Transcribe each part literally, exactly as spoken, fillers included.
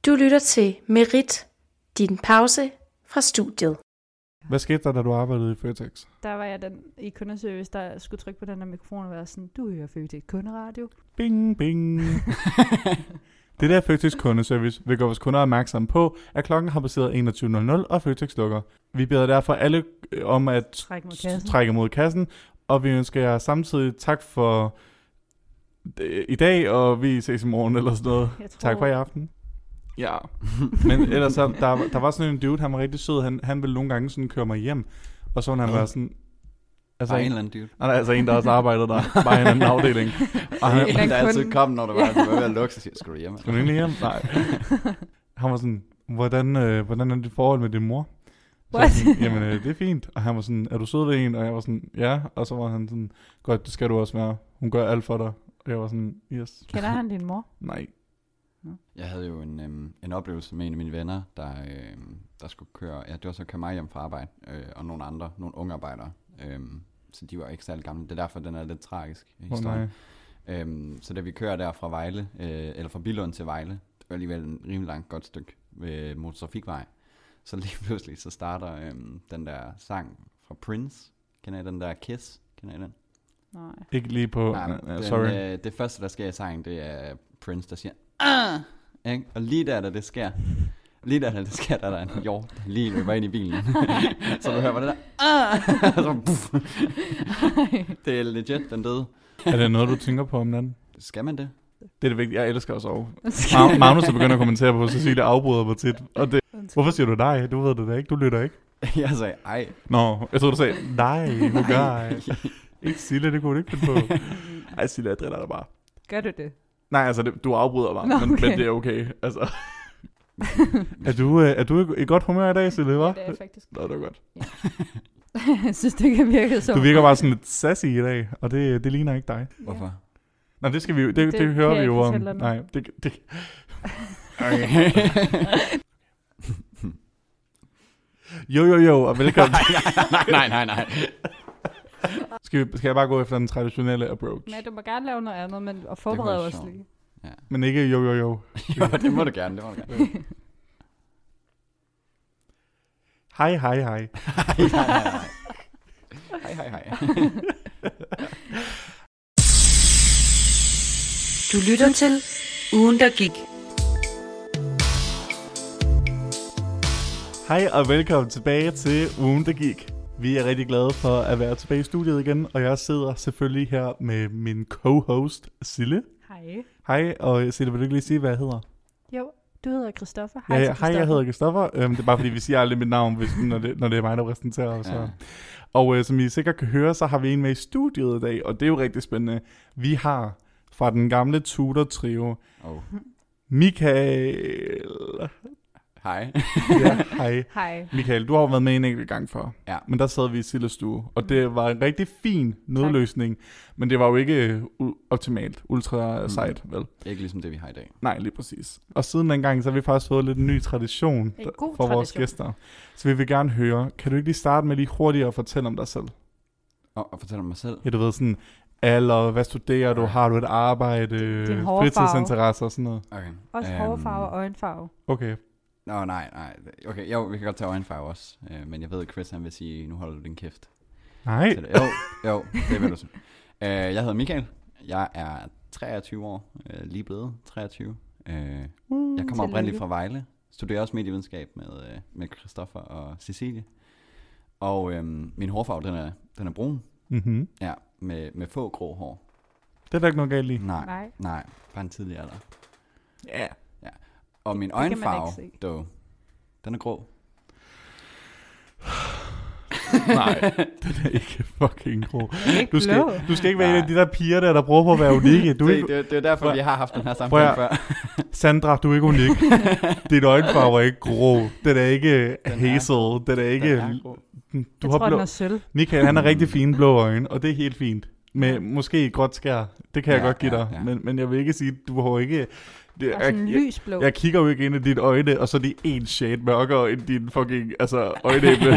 Du lytter til Merit, din pause fra studiet. Hvad skete der, da du arbejdede i Føtex? Der var jeg den i kundeservice, der skulle trykke på den der mikrofon og være sådan, du hører Føtex kunderadio. Bing, bing. Det der Føtex kundeservice vil gøre vores kunder opmærksomme på, at klokken har passeret enogtyve nul nul, og Føtex lukker. Vi beder derfor alle om at Træk mod kassen. trække mod kassen, og vi ønsker jer samtidig tak for i dag, og vi ses i morgen eller sådan noget. Jeg tror- Tak for i aften. Ja, men ellers så, der, der var sådan en dude, han var rigtig sød, han, han ville nogle gange sådan køre mig hjem, og så ville han være sådan... Altså Bare en en, eller anden dude. nej, altså en, der også arbejdede der, bare i en anden afdeling. Og han, En En, der kunde. altid kom, når det var, det var ved at lukke, så siger, skal du hjem? skal du egentlig hjem? Nej. Han var sådan, hvordan, øh, hvordan er dit forhold med din mor? Så jeg What? sådan, jamen, øh, det er fint. Og han var sådan, er du sød ved en? Og jeg var sådan, ja. Og så var han sådan, godt, det skal du også være. Hun gør alt for dig. Og jeg var sådan, yes. Kender han din mor? Nej. Jeg havde jo en, øhm, en oplevelse med en af mine venner, der, øhm, der skulle køre, ja, det var så at køre mig hjem fra arbejde, øh, og nogle andre, nogle unge arbejdere. Øhm, så de var ikke særlig gamle. Det er derfor, den er lidt tragisk Åh, historie. nej. Øhm, så da vi kører der fra Vejle, øh, eller fra Billund til Vejle, det var alligevel en rimelig langt godt stykke ved motortrafikvej. Så lige pludselig så starter øhm, den der sang fra Prince. Kender I den der Kiss? Kender I den? Nej. Ikke lige på, Nej, nej, den, sorry. Øh, det første der sker i sangen, det er Prince der siger ah! Ikke? Og lige der da det sker, lige der da det sker, der er der en hjort, der lige løber ind i bilen. Så du hører bare det der ah! Og så, puff. Det er legit, den døde. Er det noget, du tænker på om natten? Skal man det? Det er det vigtige. Jeg elsker at sove. Ma- Magnus er begyndt at kommentere på, Cecilie afbryder mig tit. Og det, hvorfor siger du dig? Du ved det da ikke. Du lytter ikke. Jeg sagde ej. Nå, jeg troede, du sagde, nej, nu gør jeg. Ikke Sille, det kunne du ikke finde på. Ej, Sille, jeg driller dig bare. Gør du det? Nej, altså, det, du afbryder mig, Nå, men, okay. men det er okay. Altså. er, du, øh, er du i i godt humør i dag, Sille, hva'? Ja, det er jeg faktisk. Nå, det er godt. Jeg synes, det kan virke så. Du virker bare sådan lidt sassy i dag, og det, det ligner ikke dig. Hvorfor? Nå, det skal vi jo, det, Det det, kan det hører jeg vi jo ikke om. fortælle dig nu. Nej, det, det, Okay. jo, jo, jo, og velkommen. nej, nej, nej, nej. skal, vi, skal jeg bare gå efter den traditionelle approach? Men du må gerne lave noget andet, men og forberede være os sjovt. lige. Ja. Men ikke jo, jo, jo. Jo, det må du gerne, det må du gerne. Hej, hej, hej. Hej, hej, hej. Hej, hej, hej. Du lytter til Ugen, der gik. Hej og velkommen tilbage til Ugen, der gik. Vi er rigtig glade for at være tilbage i studiet igen, og jeg sidder selvfølgelig her med min co-host, Sille. Hej. Hej, og Sille, vil du ikke lige sige, hvad jeg hedder? Jo, du hedder Christoffer. Ja, til ja, hej, jeg Christoffer. hedder Christoffer. Øhm, det er bare fordi, vi siger aldrig mit navn, hvis, når, det, når det er mig, der præsenterer. Så. Ja. Og øh, som I sikkert kan høre, så har vi en med i studiet i dag, og det er jo rigtig spændende. Vi har fra den gamle Tudor-trio, Oh. Michael. Hej. Ja, hej. Hej. Michael, du har jo været med en enkelt gang før. Ja. Men der sad vi i Silles stue, og det var en rigtig fin nødløsning, men det var jo ikke u- optimalt, ultra Mm. sejt, vel? Ikke ligesom det, vi har i dag. Nej, lige præcis. Og siden dengang, så har vi faktisk fået lidt en ny tradition En der- god for vores tradition. gæster. Så vi vil gerne høre, kan du ikke lige starte med lige hurtigt at fortælle om dig selv? Og, og fortæl om mig selv. Ja, du ved sådan, alder, hvad studerer du, har du et arbejde, Din hårfarve. fritidsinteresser og sådan noget? Okay. Også Øhm, hårfarve og øjenfarve. Okay. Nå, nej, nej. Okay, jo, vi kan godt tage øjenfarve også. Øh, men jeg ved, at Chris han vil sige, nu holder du din kæft. Nej. Så det, jo, jo, det vil du sige. Øh, jeg hedder Michael. Jeg er treogtyve år. Øh, lige blevet treogtyve. Øh, jeg kommer tillykke. oprindeligt fra Vejle. Studerer også medievidenskab med, øh, med Christoffer og Cecilie. Og øh, min hårfarve, den er, den er brun. Mm-hmm. Ja, med, med få grå hår. Det er der ikke noget galt i. Nej, Nej. nej, bare en tidlig alder. Ja. Og min Det kan man øjenfarve, ikke se. dog, den er grå. Nej, den er ikke fucking grå. Ikke Du skal, blå. du skal ikke være en af Nej. de der piger der, der prøver på at være unikke. Du er det, ikke, det, det er derfor, Prøv- vi har haft den her Prøv samtale at- før. Sandra, du er ikke unik. Dit øjenfarve er ikke grå. Den er ikke Den er- hazel. Den er ikke... Den er grå. Du Jeg har tror, blå... den er sølv. Michael, han har rigtig fine blå øjne, og det er helt fint. Med måske et gråt skær. Det kan jeg Ja, godt give ja, dig. ja. Men, men jeg vil ikke sige, du har ikke... Det, Og sådan en jeg, lysblå. jeg kigger jo ikke ind i dit øjne, og så er de en shade mørkere end din fucking altså, øjenæble.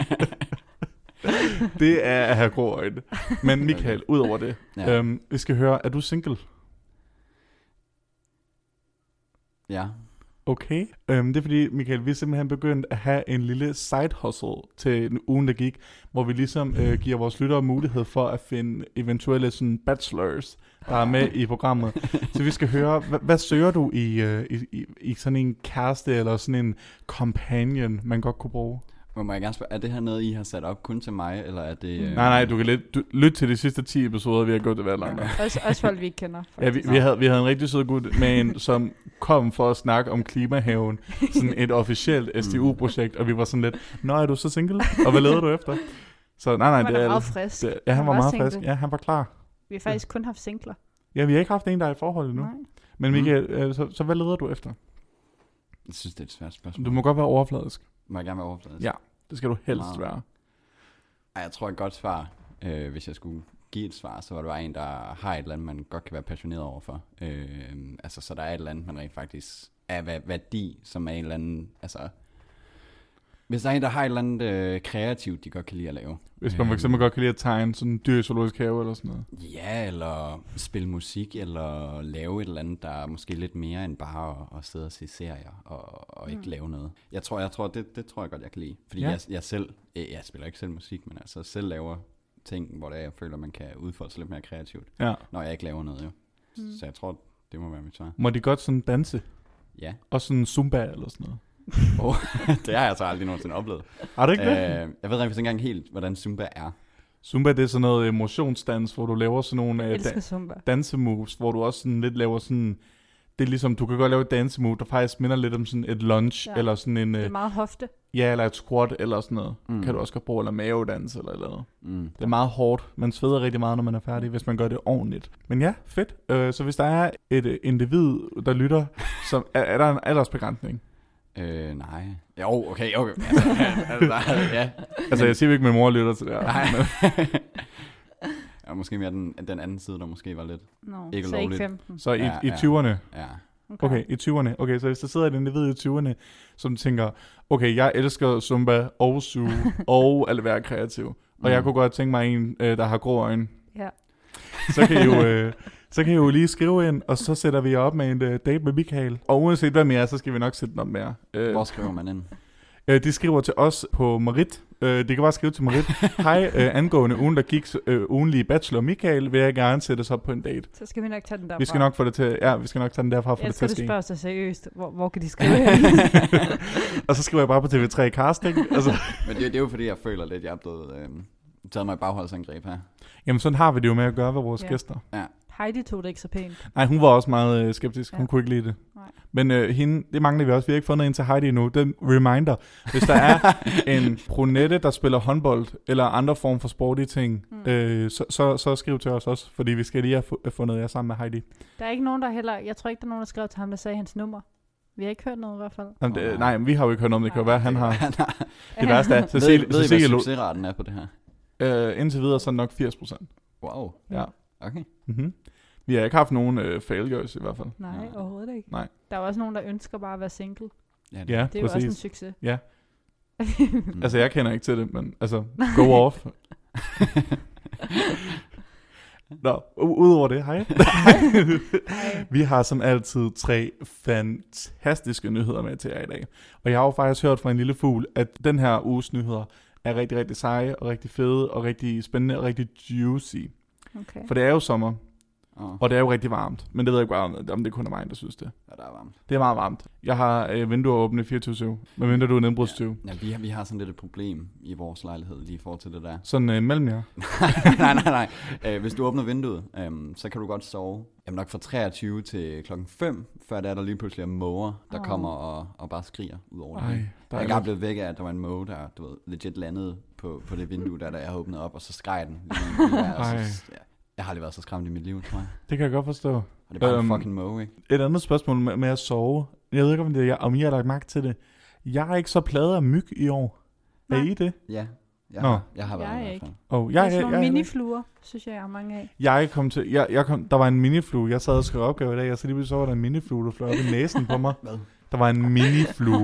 Det er at have grå øjne. Men Michael, ud over det, Ja. øhm, vi skal høre, er du single? Ja. Okay. Øhm, det er fordi, Michael, vi er simpelthen begyndt at have en lille side hustle til ugen, der gik, hvor vi ligesom øh, giver vores lyttere mulighed for at finde eventuelle sådan bachelors, der er med i programmet. Så vi skal høre, hvad, hvad søger du i, øh, i, i, i sådan en kæreste eller sådan en companion, man godt kunne bruge? Må jeg gerne spørge, er det her noget, I har sat op kun til mig, eller er det... Øh... Nej, nej, du kan lytte, du, lytte til de sidste ti episoder, vi har gået til hver langt. også, også folk, vi ikke kender. Ja, vi, vi, havde, vi havde en rigtig sød gut med en, som kom for at snakke om klimahaven, sådan et officielt S D U-projekt, og vi var sådan lidt, nå, er du så single? Og hvad lavede du efter? Så nej, nej, han det er... meget frisk. Det, ja, han, han var, var meget single. frisk. Ja, han var klar. Vi har faktisk kun haft singler. Ja, vi har ikke haft en, der er i forhold endnu. Nej. Men Michael, mm. øh, så, så hvad leder du efter? Jeg synes, det er et svært spørgsmål. Du må godt være overfladisk. Må jeg gerne være overfladisk? Ja, det skal du helst Meget. være. Ej, jeg tror et godt svar, øh, hvis jeg skulle give et svar, så var det bare en, der har et eller andet, man godt kan være passioneret overfor. Øh, altså, så der er et eller andet, man rent faktisk er værdi, som er en eller anden, altså... Hvis der er en, der har et eller andet øh, kreativt, de godt kan lide at lave. Hvis man for eksempel godt kan lide at tegne sådan en dyr i zoologisk have eller sådan noget. Ja, eller spille musik, eller lave et eller andet, der er måske lidt mere end bare at, at sidde og se serier, og, og ikke mm. lave noget. Jeg tror, jeg tror det, det tror jeg godt, jeg kan lide. Fordi ja. jeg, jeg selv, jeg spiller ikke selv musik, men altså selv laver ting, hvor det er, jeg føler, man kan udfolde sig lidt mere kreativt, ja. når jeg ikke laver noget, jo. Mm. Så jeg tror, det må være mit svar. Må de godt sådan danse? Ja. Og sådan zumba eller sådan noget? Oh, det har jeg så aldrig nogensinde oplevet. Har du ikke det? Øh, jeg ved ikke engang helt, hvordan Zumba er. Zumba, det er sådan noget emotionsdans, hvor du laver sådan nogle jeg uh, da- dansemoves, hvor du også sådan lidt laver sådan... Det er ligesom, du kan godt lave et dansemove, der faktisk minder lidt om sådan et lunge, ja. Eller sådan en... Uh, det er meget hofte. Ja, eller et squat, eller sådan noget. Mm. Kan du også godt bruge, eller mavedans, eller eller noget. Mm. Det er meget hårdt. Man sveder rigtig meget, når man er færdig, hvis man gør det ordentligt. Men ja, fedt. Uh, så hvis der er et uh, individ, der lytter, så er, er der en aldersbegrænsning? Øh, nej. Jo, okay, okay. Altså, altså, ja. altså jeg siger ikke, at min mor lytter til det her. Nej. Ja, måske mere den, den anden side, der måske var lidt no, ikke så lovligt. Ikke femten. Så i, ja, i tyverne? Ja. Okay. okay, i tyverne. Okay, så hvis der sidder et individ i tyverne, som tænker, okay, jeg elsker Zumba og Zoo og at være kreativ, og mm. jeg kunne godt tænke mig en, der har grå øjne. Ja. Så kan I jo... Øh, Så kan I jo lige skrive ind, og så sætter vi jer op med en uh, date med Michael. Og uanset hvad mere, så skal vi nok sætte den op med jer. Uh, Hvor skriver man ind? Uh, de skriver til os på Marit. Uh, de kan bare skrive til Marit. Hej, uh, angående ugen, der gik uh, ugenlige bachelor Michael, vil jeg gerne sætte os op på en date. Så skal vi nok tage den derfra. Vi skal nok få det til, ja, vi skal nok tage den derfra. Jeg skal det spørge sig seriøst. Hvor, hvor kan de skrive hen? Og så skriver jeg bare på T V tre casting. Altså. Men det, det er jo fordi, jeg føler lidt, jeg er blevet øh, taget mig i bagholdsangreb her. Jamen sådan har vi det jo med at gøre ved vores ja. gæster. Ja. Heidi tog det ikke så pænt. Nej, hun var også meget øh, skeptisk. Ja. Hun kunne ikke lide det. Nej. Men øh, hende, det mangler vi også. Vi har ikke fundet en til Heidi endnu. Den reminder. Hvis der er en brunette, der spiller håndbold, eller andre form for sporty ting, mm. øh, så, så, så skriv til os også, fordi vi skal lige have fundet jer sammen med Heidi. Der er ikke nogen, der heller... Jeg tror ikke, der er nogen, der skrev til ham, der sagde hans nummer. Vi har ikke hørt noget i hvert fald. Jamen, det, nej, men vi har jo ikke hørt noget om det. Det kan jo være, han har... Det værste er... Cecilie, ved, ved I, hvad succesraten er på det her? Øh, indtil videre så er det nok firs procent. Wow. Ja. Okay. Mm-hmm. Vi har ikke haft nogen øh, failures i hvert fald. Nej, Nej, overhovedet ikke. Nej. Der er også nogen, der ønsker bare at være single. Ja, det, ja, det er jo også en succes. Ja. mm. Altså, jeg kender ikke til det, men altså, go off. Nå, udover det, hej. hej. Vi har som altid tre fantastiske nyheder med til jer i dag. Og jeg har jo faktisk hørt fra en lille fugl, at den her uges nyheder er rigtig, rigtig seje, og rigtig fede, og rigtig spændende, og rigtig juicy. Okay. For det er jo sommer, oh. og det er jo rigtig varmt. Men det ved jeg ikke bare, om det kun er mig, der synes det. Ja, det er varmt. Det er meget varmt. Jeg har øh, vinduer åbne fireogtyve syv, men mindre du er nedbrudstyve. Ja, ja vi, har, vi har sådan lidt et problem i vores lejlighed lige i forhold til det der. Sådan øh, mellem jer? nej, nej, nej. Øh, hvis du åbner vinduet, øh, så kan du godt sove. Jamen nok fra treogtyve til klokken fem, før der er der lige pludselig en måger, der oh. kommer og, og bare skriger ud over det. Jeg er engang blevet væk af, at der var en måge, der du ved, legit landede på, på det vindue, der, der jeg har åbnet op, og så skreg den. Lige, lige og så, ja, jeg har aldrig været så skræmt i mit liv, tror jeg. Det kan jeg godt forstå. Og det er bare um, en fucking måge, ikke? Et andet spørgsmål med, med at sove. Jeg ved ikke, om, det er, om I har lagt mærke til det. Jeg er ikke så plaget af myg i år. Nej. Er I det? Ja. Jeg har, jeg har været jeg i hvert fald. Oh, jeg, jeg, der er nogle jeg, minifluer, synes jeg, jeg har mange af. Jeg kom til, jeg, jeg kom, der var en miniflue. Jeg sad og skrev opgave i dag, og så lige så var der en miniflue, der fløj op i næsen på mig. Hvad? Der var en miniflue,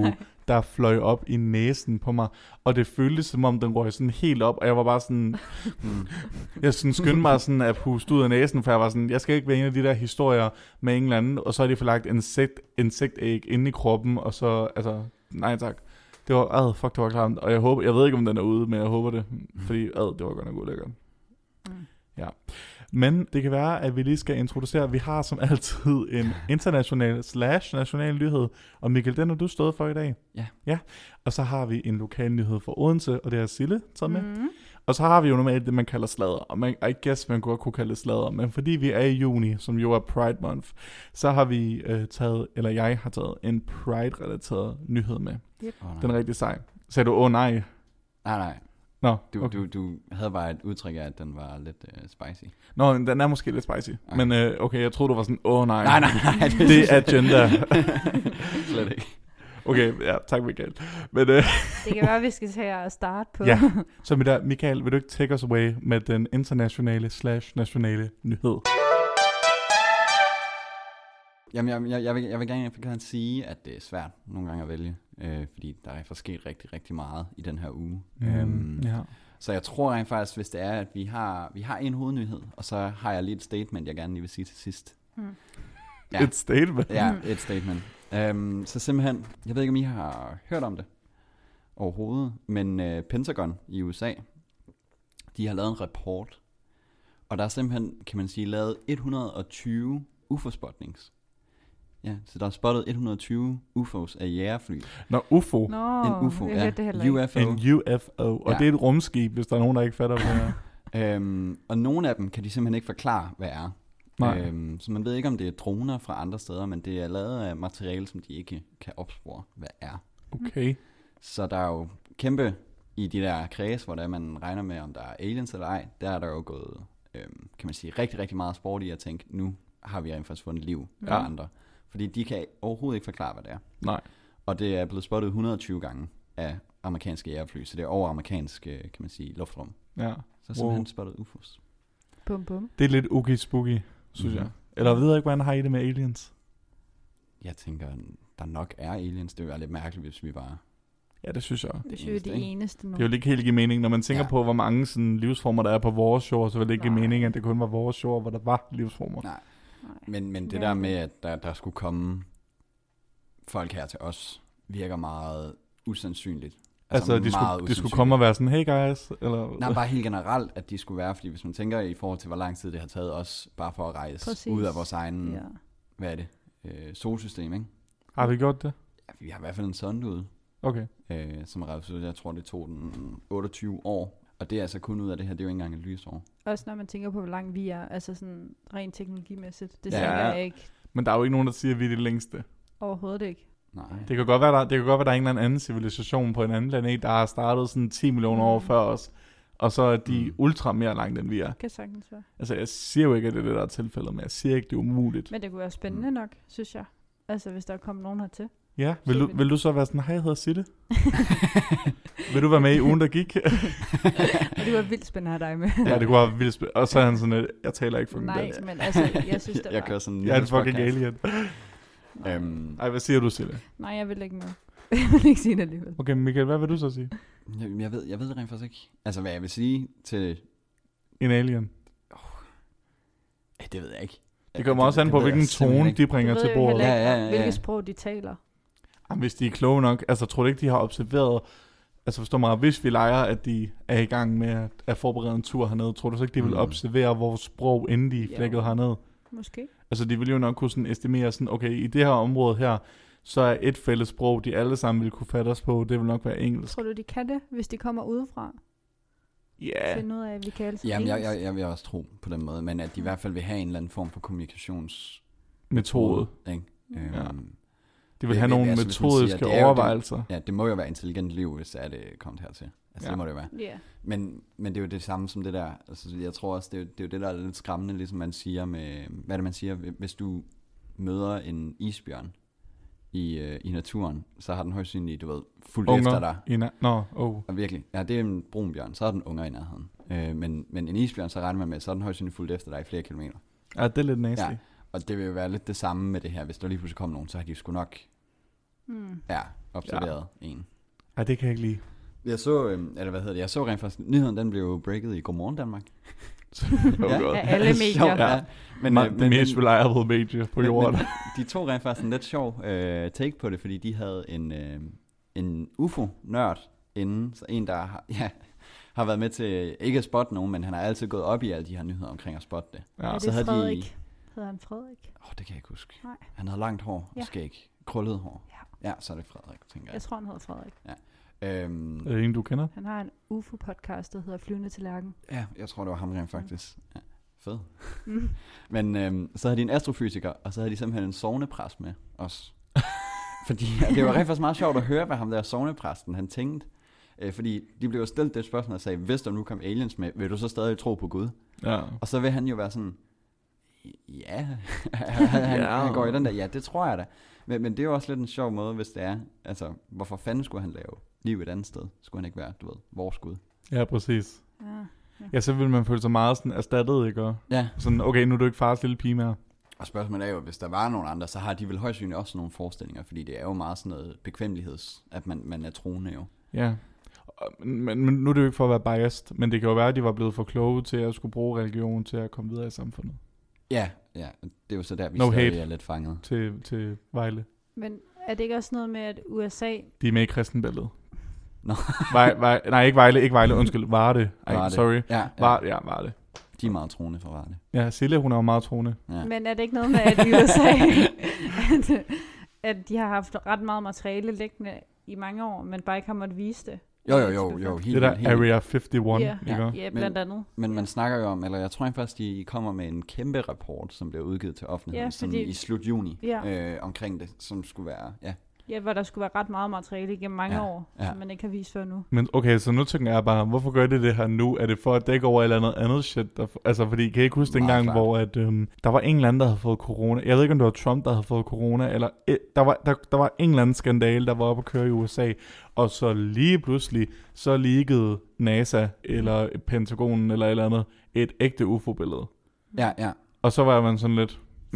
der fløj op i næsen på mig, og det føltes som om den røg sådan helt op, og jeg var bare sådan, Mm. jeg sådan skyndte mig sådan at puste ud af næsen, for jeg var sådan, jeg skal ikke være en af de der historier med en eller anden, og så har de forlagt insekt, insektæg inde i kroppen, og så, altså, nej tak. Det var, ad, fuck, det var klamt, og jeg håber, jeg ved ikke, om den er ude, men jeg håber det, fordi, ad, det var godt nok ulækkert. Mm. Ja. Men det kan være, at vi lige skal introducere, vi har som altid en international slash national nyhed, og Michael, den har du stået for i dag. Ja. Ja. Og så har vi en lokal nyhed fra Odense, og det er Sille taget med. Mm. Og så har vi jo normalt det, man kalder sladder, og man, I guess, man godt kunne kalde det sladder, men fordi vi er i juni, som jo er Pride Month, så har vi øh, taget, eller jeg har taget en Pride-relateret nyhed med. Yep. Oh, nej. Den er rigtig sej. Sagde du, åh oh, nej? nej, nej. Nå, Du, okay. du, du havde bare et udtryk af, at den var lidt uh, spicy. Nå, den er måske lidt spicy, Okay. men øh, okay, jeg troede, du var sådan, åh oh, nej. Nej, nej, nej. Det er agenda. Slet ikke. Okay, ja, tak Michael. Men, øh, Det kan være, at vi skal tage og starte på. ja, så med der, Michael, vil du ikke take us away med den internationale slash nationale nyhed? Jamen, jeg, jeg, jeg, vil, jeg vil gerne, jeg vil gerne sige, at det er svært nogle gange at vælge, øh, fordi der er sket rigtig, rigtig meget i den her uge. Mm, Øhm, ja. Så jeg tror rent faktisk, hvis det er, at vi har, vi har en hovednyhed, og så har jeg lige et statement, jeg gerne lige vil sige til sidst. Mm. Ja. Et statement. Ja, et statement. Um, så simpelthen, jeg ved ikke, om I har hørt om det overhovedet, men uh, Pentagon i U S A, de har lavet en rapport, og der er simpelthen, kan man sige, lavet et hundrede og tyve U F O-spottings. Ja, så der er spottet et hundrede og tyve U F O's af jægerfly. Nå, U F O. Nå, En U F O, jeg ja. hørte det heller ikke. U F O. En U F O. Og Ja. det er et rumskib, hvis der er nogen, der ikke fatter, hvad det er. Um, og nogle af dem kan de simpelthen ikke forklare, hvad er. Nej. Um, så man ved ikke, om det er droner fra andre steder, men det er lavet af materiale, som de ikke kan opspore, hvad er. Okay. Så der er jo kæmpe i de der kreds, hvor der man regner med, om der er aliens eller ej, der er der jo gået, øhm, kan man sige, rigtig, rigtig meget sport i at tænke, nu har vi rent faktisk fundet liv Ja. ja. andre. Fordi de kan overhovedet ikke forklare, hvad det er. Nej. Og det er blevet spottet et hundrede og tyve gange af amerikanske jægerfly, så det er over amerikansk, øh, kan man sige, luftrum. Ja. Så simpelthen spottet U F O's. Bum, bum. Det er lidt oogie spooky, synes Mhm. jeg. Eller ved jeg ikke, hvordan har I det med aliens? Jeg tænker, der nok er aliens. Det ville være lidt mærkeligt, hvis vi var... Ja, det synes jeg. Hvis vi er eneste, de ikke? eneste nu. Det er jo ikke helt give mening. Når man tænker Ja. på, hvor mange sådan, livsformer der er på vores jord, så vil det ikke give Nej. mening, at det kun var vores jord, hvor der var livsformer. Nej. Nej. Men, men det Ja. der med, at der, der skulle komme folk her til os, virker meget usandsynligt. Altså, de skulle, de skulle komme og være sådan, hey guys, eller... Nej, bare helt generelt, at de skulle være, fordi hvis man tænker i forhold til, hvor lang tid det har taget os, bare for at rejse Præcis. ud af vores egen, Ja. hvad er det, øh, solsystem, ikke? Har vi gjort det? Ja, vi har i hvert fald en sonde ude, Okay. øh, som er ret, jeg tror, det tog den otteogtyve år, og det er altså kun ud af det her, det er jo ikke engang et lysår. Også når man tænker på, hvor langt vi er, altså sådan rent teknologimæssigt. Det Ja. tænker jeg ikke Men der er jo ikke nogen, der siger, at vi er det længste. overhovedet ikke. Nej. Det kan godt være, der, det kan godt være, der er en eller anden civilisation på en anden planet, der har startet sådan ti millioner år Mm. før os. Og så er de Mm. ultra mere langt, end vi er. Det kan sagtens være. Altså, jeg siger jo ikke, at det er det, der er tilfældet, men jeg siger ikke, det er umuligt. Men det kunne være spændende Mm. nok, synes jeg. Altså, hvis der kommer nogen hertil. Ja, vil Så du, vil- vil du så være sådan, hej, jeg hedder Sitte? Vil du være med i ugen, der gik? Og det var vildt spændende at have dig med. Ja, det kunne være vildt spændende. Og så er han sådan, at jeg taler ikke for Nej, dansk. men altså, jeg synes, det var... Jeg kører sådan en Jeg er en fucking nyhedspodcast. alien. Nej. Øhm, Ej, hvad siger du, Sitte? Nej, jeg vil ikke med. Jeg vil ikke sige det alligevel. Okay, Michael, hvad vil du så sige? jeg, jeg, ved, jeg ved det rent faktisk ikke. Altså, hvad jeg vil sige til... En alien. Eh, det ved jeg ikke. Det kommer også an på, ved jeg hvilken simpelthen tone ikke. de bringer Du til ved jo bordet. heller Ja, ikke, ja, ja, ja. hvilket sprog de taler. Jamen, hvis de er kloge nok, altså tror du ikke, de har observeret, altså forstår mig, hvis vi leger, at de er i gang med at, at forberede en tur hernede, tror du så ikke, de vil Mm. observere vores sprog, inden de Jo. flækkede hernede? Måske. Altså, de vil jo nok kunne sådan estimere sådan, okay, i det her område her, så er et fælles sprog, de alle sammen vil kunne fatte os på, det vil nok være engelsk. Tror du, de kan det, hvis de kommer udefra? Ja, Yeah. Finde ud af, at vi kan alle sammen Jamen, jeg, engelsk? jeg, jeg vil også tro på den måde, men at de i hvert fald vil have en eller anden form for kommunikations... metode. Ikke? Mm. Øhm, Ja. De vil Det- have det- nogle altså, hvis man siger, metodiske det er jo det- overvejelser. Ja, det må jo være intelligent liv, hvis det er det kommet hertil. Altså, Ja. det må det jo være. Ja. Men, men det er jo det samme som det der. Altså, jeg tror også, det er, jo, det er jo det, der er lidt skræmmende, ligesom man siger med... Hvad er det, man siger? Hvis du møder en isbjørn i, øh, i naturen, så har den højst sandsynligt, du ved, fuldt efter dig. I na- Nå, oh. Og virkelig. Ja, det er en brunbjørn, så er den unger i nærheden. Øh, men, men en isbjørn, så regner man med, så er den højst sandsynligt fuldt efter dig i flere kilometer. Ja, det er lidt nasty. Ja. Og det vil jo være lidt det samme med det her. Hvis der lige pludselig kommer nogen, så har de sgu nok... Mm. Ja, observeret ja. en. Ej, det kan jeg ikke lide. Jeg så, øh, eller hvad hedder det, jeg så rent faktisk, nyheden den blev breaket i Godmorgen Danmark. oh ja, af alle medier. Ja. Men, Ma- øh, the men, mest reliable major på jorden. Men, men, de tog rent faktisk en lidt sjov øh, take på det, fordi de havde en, øh, en U F O-nørd inden, så en, der har, ja, har været med til, ikke at spotte nogen, men han har altid gået op i alle de her nyheder omkring at spotte det. Ja, er det så havde Frederik? De, hedder han Frederik? Åh, oh, det kan jeg ikke huske. Nej. Han havde langt hår, ja. skæg, krøllet hår. Ja. ja, så er det Frederik, tænker jeg. Jeg tror, han hedder Frederik. Ja. Øhm, er det en, du kender? Han har en U F O-podcast, der hedder Flyvende til Lærken. Ja, jeg tror, det var ham rent faktisk. Mm. Ja, fed. Mm. Men øhm, så havde de en astrofysiker, og så havde de simpelthen en sognepræst med os. Fordi ja, det var rent faktisk meget sjovt at høre, hvad ham der sognepræsten, han tænkte. Øh, fordi de blev jo stillet det spørgsmål og sagde, hvis der nu kom aliens med, vil du så stadig tro på Gud? Ja. Og så vil han jo være sådan, ja, han, ja. han går i den der, ja, det tror jeg da. Men, men det er jo også lidt en sjov måde, hvis det er, altså, hvorfor fanden skulle han lave liv et andet sted? Skulle han ikke være, du ved, vores Gud? Ja, præcis. Ja, ja. ja så vil man føle sig meget sådan erstattet, ikke? Ja. Sådan, okay, nu er du ikke fars lille pige mere. Og spørgsmålet er jo, hvis der var nogen andre, så har de vel højst sandsynligt også nogle forestillinger, fordi det er jo meget sådan noget bekvemmeligheds, at man, man er troende jo. Ja, men, men nu er det jo ikke for at være biased, men det kan jo være, at de var blevet for kloge til at skulle bruge religion til at komme videre i samfundet. Ja, ja, det er jo så der, vi no stadig hate er lidt fanget. Til, til Vejle. Men er det ikke også noget med, at U S A... De er med i kristenbæltet. No. Vej, vej, nej, ikke Vejle, ikke Vejle, undskyld, Varde. Ej, Varde. sorry. Ja, ja. Var, ja, Varde. De er meget troende for Varde. Ja, Sille, hun er jo meget troende. Ja. Men er det ikke noget med, at U S A... at, at de har haft ret meget materiale liggende i mange år, men bare ikke har måttet vise det? Jo, jo, jo. jo helt, det der helt, Area enoghalvfems, ja, ikke? Ja, blandt andet. Men, men man snakker jo om, eller jeg tror faktisk, de kommer med en kæmpe rapport, som bliver udgivet til offentligheden, ja, fordi, i slut juni, ja. øh, omkring det, som skulle være, ja. Ja, hvor der skulle være ret meget materiale igennem mange ja, år, ja. som man ikke har vist før nu. Men okay, så nu tænker jeg bare, hvorfor gør det det her nu? Er det for at dække over et eller andet andet shit? Der, altså, fordi kan I ikke huske dengang, klart. hvor at, øhm, der var en eller anden, der havde fået corona. Jeg ved ikke, om det var Trump, der havde fået corona, eller et, der, var, der, der var en eller anden skandale, der var oppe at køre i U S A, og så lige pludselig, så leakede NASA, eller Pentagonen, eller et eller andet, et ægte U F O-billede. Ja, ja. Og så var man sådan lidt,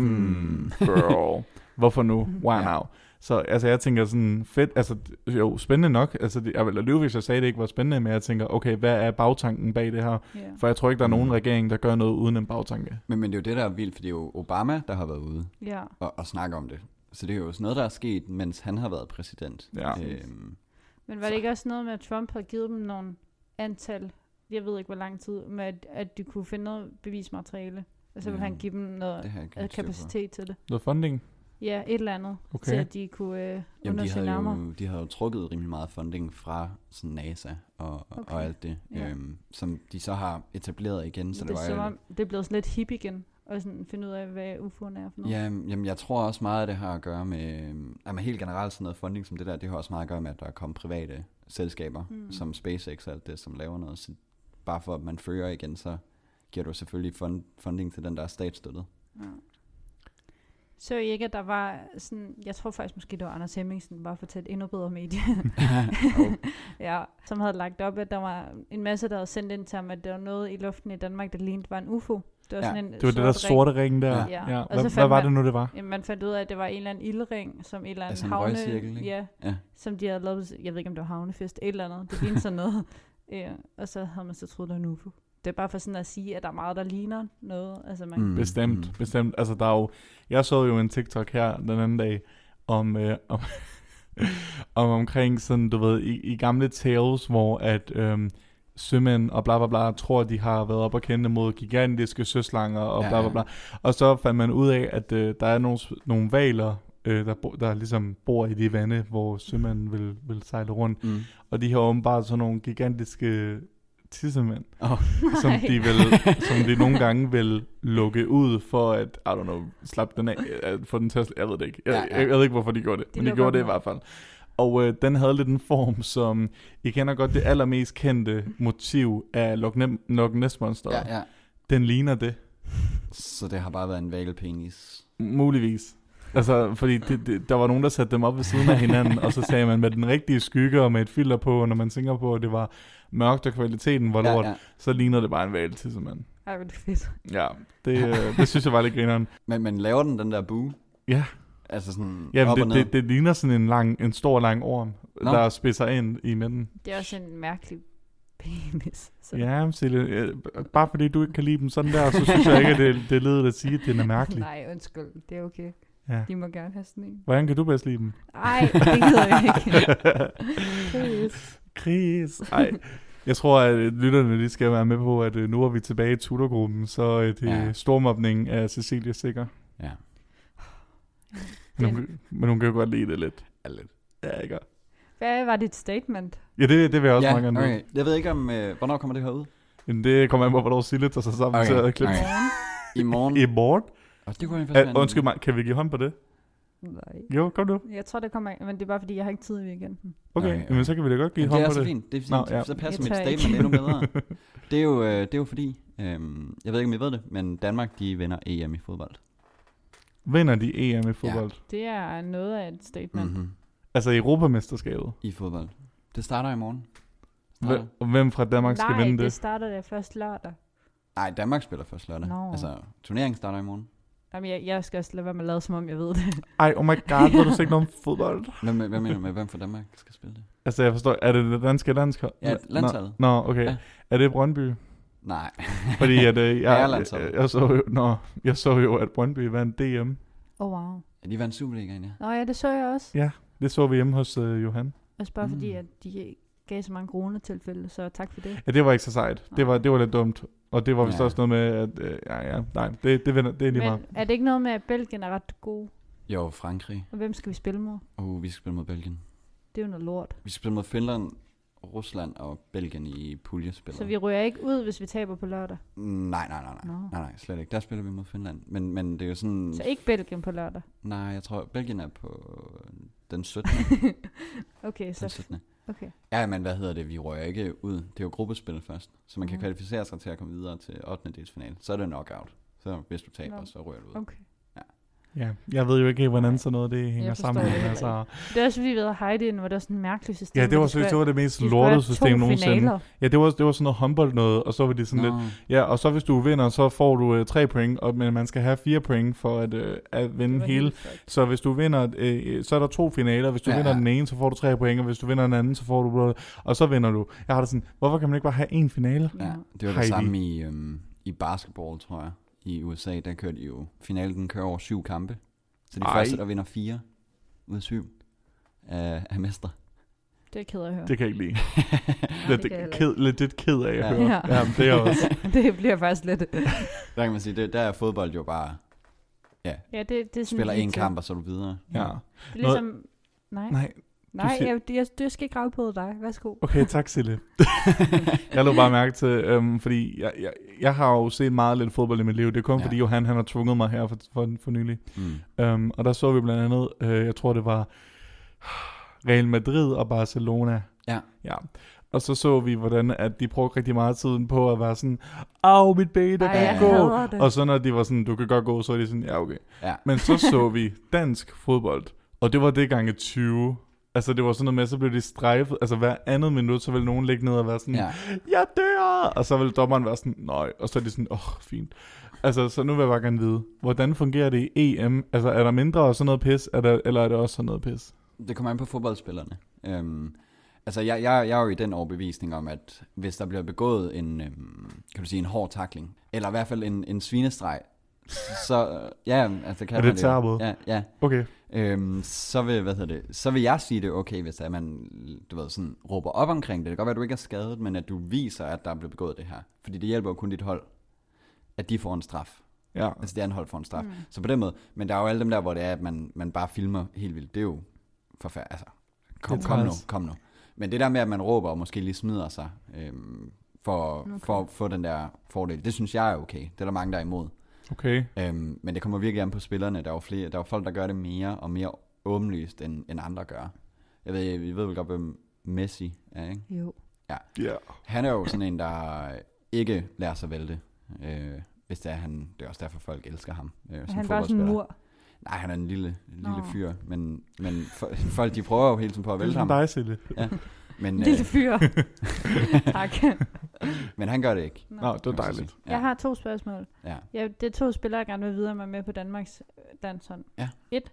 mm, girl, hvorfor nu? Why now? Så altså, jeg tænker sådan, fedt, altså jo, spændende nok, altså det, jeg ville lyve, hvis jeg sagde, det ikke var spændende, men jeg tænker, okay, hvad er bagtanken bag det her? Yeah. For jeg tror ikke, der er nogen regering, der gør noget uden en bagtanke. Men, men det er jo det, der er vildt, for det er jo Obama, der har været ude yeah. og, og snakke om det. Så det er jo sådan noget, der er sket, mens han har været præsident. Ja. Øhm, men var det ikke også noget med, at Trump havde givet dem nogle antal, jeg ved ikke hvor lang tid, med at, at de kunne finde noget bevismateriale? Altså ville mm. han give dem noget kapacitet til det? Noget funding? Ja, et eller andet, okay. til at de kunne øh, Jamen, undersøge de nærmere. Jo, de havde jo trukket rimelig meget funding fra sådan NASA og, okay. og alt det, ja. øhm, som de så har etableret igen. Så det, det, det, var som om, det er blevet sådan lidt hip igen, og sådan finde ud af, hvad U F O'en er for noget. Ja, jamen, jeg tror også meget, at det har at gøre med, jamen helt generelt sådan noget funding som det der, det har også meget at gøre med, at der er kommet private selskaber, mm. som SpaceX og alt det, som laver noget. Så bare for at man fører igen, så giver du selvfølgelig fund, funding til den, der er statsstøttet. Ja. Så ikke, at der var sådan, jeg tror faktisk måske, det var Anders Hemmingsen, bare for at tage et endnu bedre medie, oh. ja, som havde lagt op, at der var en masse, der havde sendt ind til ham, at der var noget i luften i Danmark, der lignede var en U F O. Det var, ja. sådan en det, var det der sorte ring, ring der. Ja. Ja. Hvad, hvad var det nu, det var? Jamen, man fandt ud af, at det var en eller anden ildring, som et eller andet altså havne, røgcirkel, ja, ja, som de havde lavet, jeg ved ikke, om det var havnefest, et eller andet, det lignede sådan noget. Ja, og så havde man så troet, det var en U F O. Det er bare for sådan at sige, at der er meget, der ligner noget. Altså man mm. Bestemt, bestemt. Altså der er jo, jeg så jo en TikTok her den anden dag, om, øh, om, om omkring sådan, du ved, i, i gamle tales, hvor at øhm, sømænd og bla bla bla, tror, de har været op og kende mod gigantiske søslanger og bla bla bla. Og så fandt man ud af, at øh, der er nogle, nogle valer, øh, der, bo, der ligesom bor i de vande, hvor sømænd vil, vil sejle rundt. Mm. Og de har åbenbart sådan nogle gigantiske tissemænd, oh. som, de vil, som de nogle gange vil lukke ud for at, I don't know, slappe den af, at få den til at, jeg ved det ikke. Jeg, ja, ja. jeg, jeg ved ikke, hvorfor de gjorde det, de men de gjorde det i hvert fald. Og øh, den havde lidt en form, som, I kender godt det allermest kendte motiv af Loch Ness-monsteret. Ja, ja. Den ligner det. Så det har bare været en hvalpenis? Muligvis. Altså, fordi det, det, der var nogen, der satte dem op ved siden af hinanden, og så sagde man med den rigtige skygge og med et filter på, og når man tænker på, at det var mørkt og kvaliteten var lort, ja, ja. så ligner det bare en valg til simpelthen. Ej, det er fedt. Ja, det, det synes jeg var lidt grineren. Men, men laver den den der bue? Ja. Altså sådan Jamen, op og det, ned. det, det ligner sådan en, lang, en stor, lang orm, Nå. der spidser ind i midten. Det er også en mærkelig penis. Så. Ja, Sille, øh, bare fordi du ikke kan lide dem sådan der, så synes jeg ikke, at det, det er ledet at sige, at den er mærkelig. Nej, undskyld. Det er okay. Ja. De må gerne have sådan en. Hvordan kan du bedst lide dem? Nej, det gider jeg ikke. Chris. Chris. Ej. Jeg tror, at lytterne de skal være med på, at øh, nu er vi tilbage i tutorgruppen, så øh, det er Ja. stormobning af Cecilie sikker. Ja. Men hun, men hun kan jo godt lide det lidt. Ja, lidt. Ja, ikke? Hvad var dit statement? Ja, det, det vil jeg også Ja, meget gerne okay. vide. Jeg ved ikke om, øh, hvornår kommer det her ud? Men det kommer an på, hvornår Sille tager sig sammen Okay, til at klippe. okay. I morgen. I morgen? Og det kunne jeg faktisk Uh, undskyld mig, kan vi give hånd på det? Nej. Jo, kom nu. Jeg tror, det kommer, men det er bare, fordi jeg har ikke tid i weekenden. Okay, Okay, okay. okay. Men så kan vi da godt give Jamen, hånd det er på så det. fint. Det er fint. Nå, ja. Så passer Jeg mit tør statement ikke. endnu bedre. Det er jo, øh, det er jo fordi, øhm, jeg ved ikke, om I ved det, men Danmark, de vinder E M i fodbold. Vinder de E M i fodbold? Det er noget af et statement. Mm-hmm. Altså i Europamesterskabet? I fodbold. Det starter i morgen. Hvem, og hvem fra Danmark skal Nej, vinde det det? starter da først lørdag. Nej, Danmark spiller først lørdag. Nå. Altså, turneringen starter i morgen. Jamen, jeg, jeg skal også lade være med at lade, som om jeg ved det. Ej, oh my god, ved du så ikke noget om fodbold? Hvem, hvad mener du med, hvem fra Danmark skal spille det? Altså jeg forstår, er det det danske landshold? Ja, landsholdet. Nå, nå, okay. Ja. Er det Brøndby? Nej. Fordi at, øh, jeg, Herrelandsholdet. jeg, jeg, så jo, nå, jeg så jo, at Brøndby vandt D M. Oh, wow. Ja, de vandt Superligaen, ja. Nå ja, det så jeg også. Ja, det så vi hjemme hos øh, Johan. Også bare Mm. fordi, at de gav så mange coronatilfælde, så tak for det. Ja, det var ikke så sejt. Det var, det var lidt dumt. Og det var vist Ja. også noget med, at øh, ja, ja, nej, det, det, vender, det er lige Men meget. er det ikke noget med, at Belgien er ret god? Jo, Frankrig. Og hvem skal vi spille mod? Og vi skal spille mod Belgien. Det er jo noget lort. Vi skal spille mod Finland, Rusland og Belgien i puljespillet. Så vi ryger ikke ud, hvis vi taber på lørdag? Nej, nej, nej, nej. Nå. Nej, nej, slet ikke. Der spiller vi mod Finland. Men, men det er jo sådan... Så ikke Belgien på lørdag? Nej, jeg tror, Belgien er på den syttende. Okay, den så... syttende. Okay. Ja, men hvad hedder det? Vi rører ikke ud. Det er jo gruppespil først. Så man kan Mhm. kvalificere sig til at komme videre til ottende delsfinale. Så er det knockout. Så hvis du taber, Nå. så rører du ud. Okay. Ja, jeg ved jo ikke, hvordan sådan noget det hænger Jeg forstår sammen. det heller Altså, Det er også fordi, vi havde Heidi, hvor det var sådan et mærkeligt system. ja, det hvor var, de så, det skulle- var det mest de skulle lortede have system to nogensinde. finaler. Ja, det var, det var sådan noget håndbold noget, og så var det sådan Nå. lidt, ja, og så hvis du vinder, så får du øh, tre point, og, men man skal have fire point for at, øh, at Det vinde var hele. helt fucked. Så hvis du vinder, øh, så er der to finaler. Hvis du Ja, vinder ja. den ene, så får du tre point, og hvis du vinder den anden, så får du, og så vinder du. Jeg har det sådan, hvorfor kan man ikke bare have én finale? Ja, Ja. det var det Heidi. samme i, øhm, i basketball, tror jeg. I U S A, der kørte de jo finalen, den kører over syv kampe. Så de Ej. første, der vinder fire ud af syv, er, er mestre. Det er jeg ked af at høre. Det kan jeg ikke lide. det Lidt kan jeg heller ked, lidt, lidt ked af at Ja. høre. Ja. Ja, det er også. det bliver faktisk lidt... Der kan man sige, det, der er fodbold jo bare, Ja, det, det er sådan spiller lige en til. kamp, og så er du videre. Ja. Det er ligesom... Nej, Nej, nej, siger- jeg, jeg, jeg skal ikke på dig. Værsgo. okay, tak Sille. Jeg lå bare mærke til, øhm, fordi jeg, jeg, jeg har jo set meget lidt fodbold i mit liv. Det er kun Ja. fordi Johan han har tvunget mig her for, for, for nylig. Mm. Um, og der så vi blandt andet, øh, jeg tror det var Real Madrid og Barcelona. Ja. Ja. Og så så vi, hvordan at de brugte rigtig meget tiden på at være sådan, au, mit ben, der Ej, kan jeg ikke gå. hader det. Og så når de var sådan, du kan godt gå, så er de sådan, ja, okay. Ja. Men så så vi dansk fodbold, og det var det gange tyve. Altså det var sådan noget med, så blev de strejfet, altså hver andet minut, så ville nogen ligge ned og være sådan, Ja. jeg dør! Og så ville dommeren være sådan, nej, og så er de sådan, åh, oh, fint. Altså, så nu vil jeg bare gerne vide, hvordan fungerer det i E M? Altså, er der mindre og sådan noget pis, er der, eller er det også sådan noget pis? Det kommer an på fodboldspillerne. Øhm, altså, jeg, jeg, jeg er jo i den overbevisning om, at hvis der bliver begået en, øhm, kan du sige, en hård tackling, eller i hvert fald en, en svinestreg, så, ja, altså kan Er det terror? Ja, ja. Okay. Øhm, så vil, hvad hedder det, så vil jeg sige det okay, hvis at man, du ved, sådan råber op omkring det. Det kan godt være, at du ikke er skadet, men at du viser, at der er blevet begået det her. Fordi det hjælper jo kun dit hold, at de får en straf. Ja. Altså det andet hold får en straf. Mm. Så på den måde, men der er jo alle dem der, hvor det er, at man, man bare filmer helt vildt. Det er jo forfærdeligt. Altså, kom, Det er kom nu, træls. kom nu. Men det der med, at man råber og måske lige smider sig, øhm, for, Okay. for at få den der fordel, det synes jeg er okay. Det er der mange, der er imod. Okay. Øhm, men det kommer virkelig an på spillerne. Der er jo flere, der er jo folk, der gør det mere og mere åbenlyst, end, end andre gør. Jeg ved, vi ved vel godt, hvem Messi er, ikke? Jo. Ja. Han er jo sådan en, der ikke lærer sig vælte. Øh, hvis det er han, det er også derfor, folk elsker ham. Øh, som Han var sådan en fodboldspiller. mur. Nej, han er en lille, en lille Nå. fyr, men, men for, folk de prøver jo hele tiden på at Det er vælte ham. ligesom dig, Sille. Ja. Men, Lille øh, fyr. Tak. men han gør det ikke. Nå, det var kan man så dejligt. sige. Jeg har to spørgsmål. Ja. Ja, det er to spillere, jeg gerne vil videre med med på Danmarks øh, landshold. Ja. Et,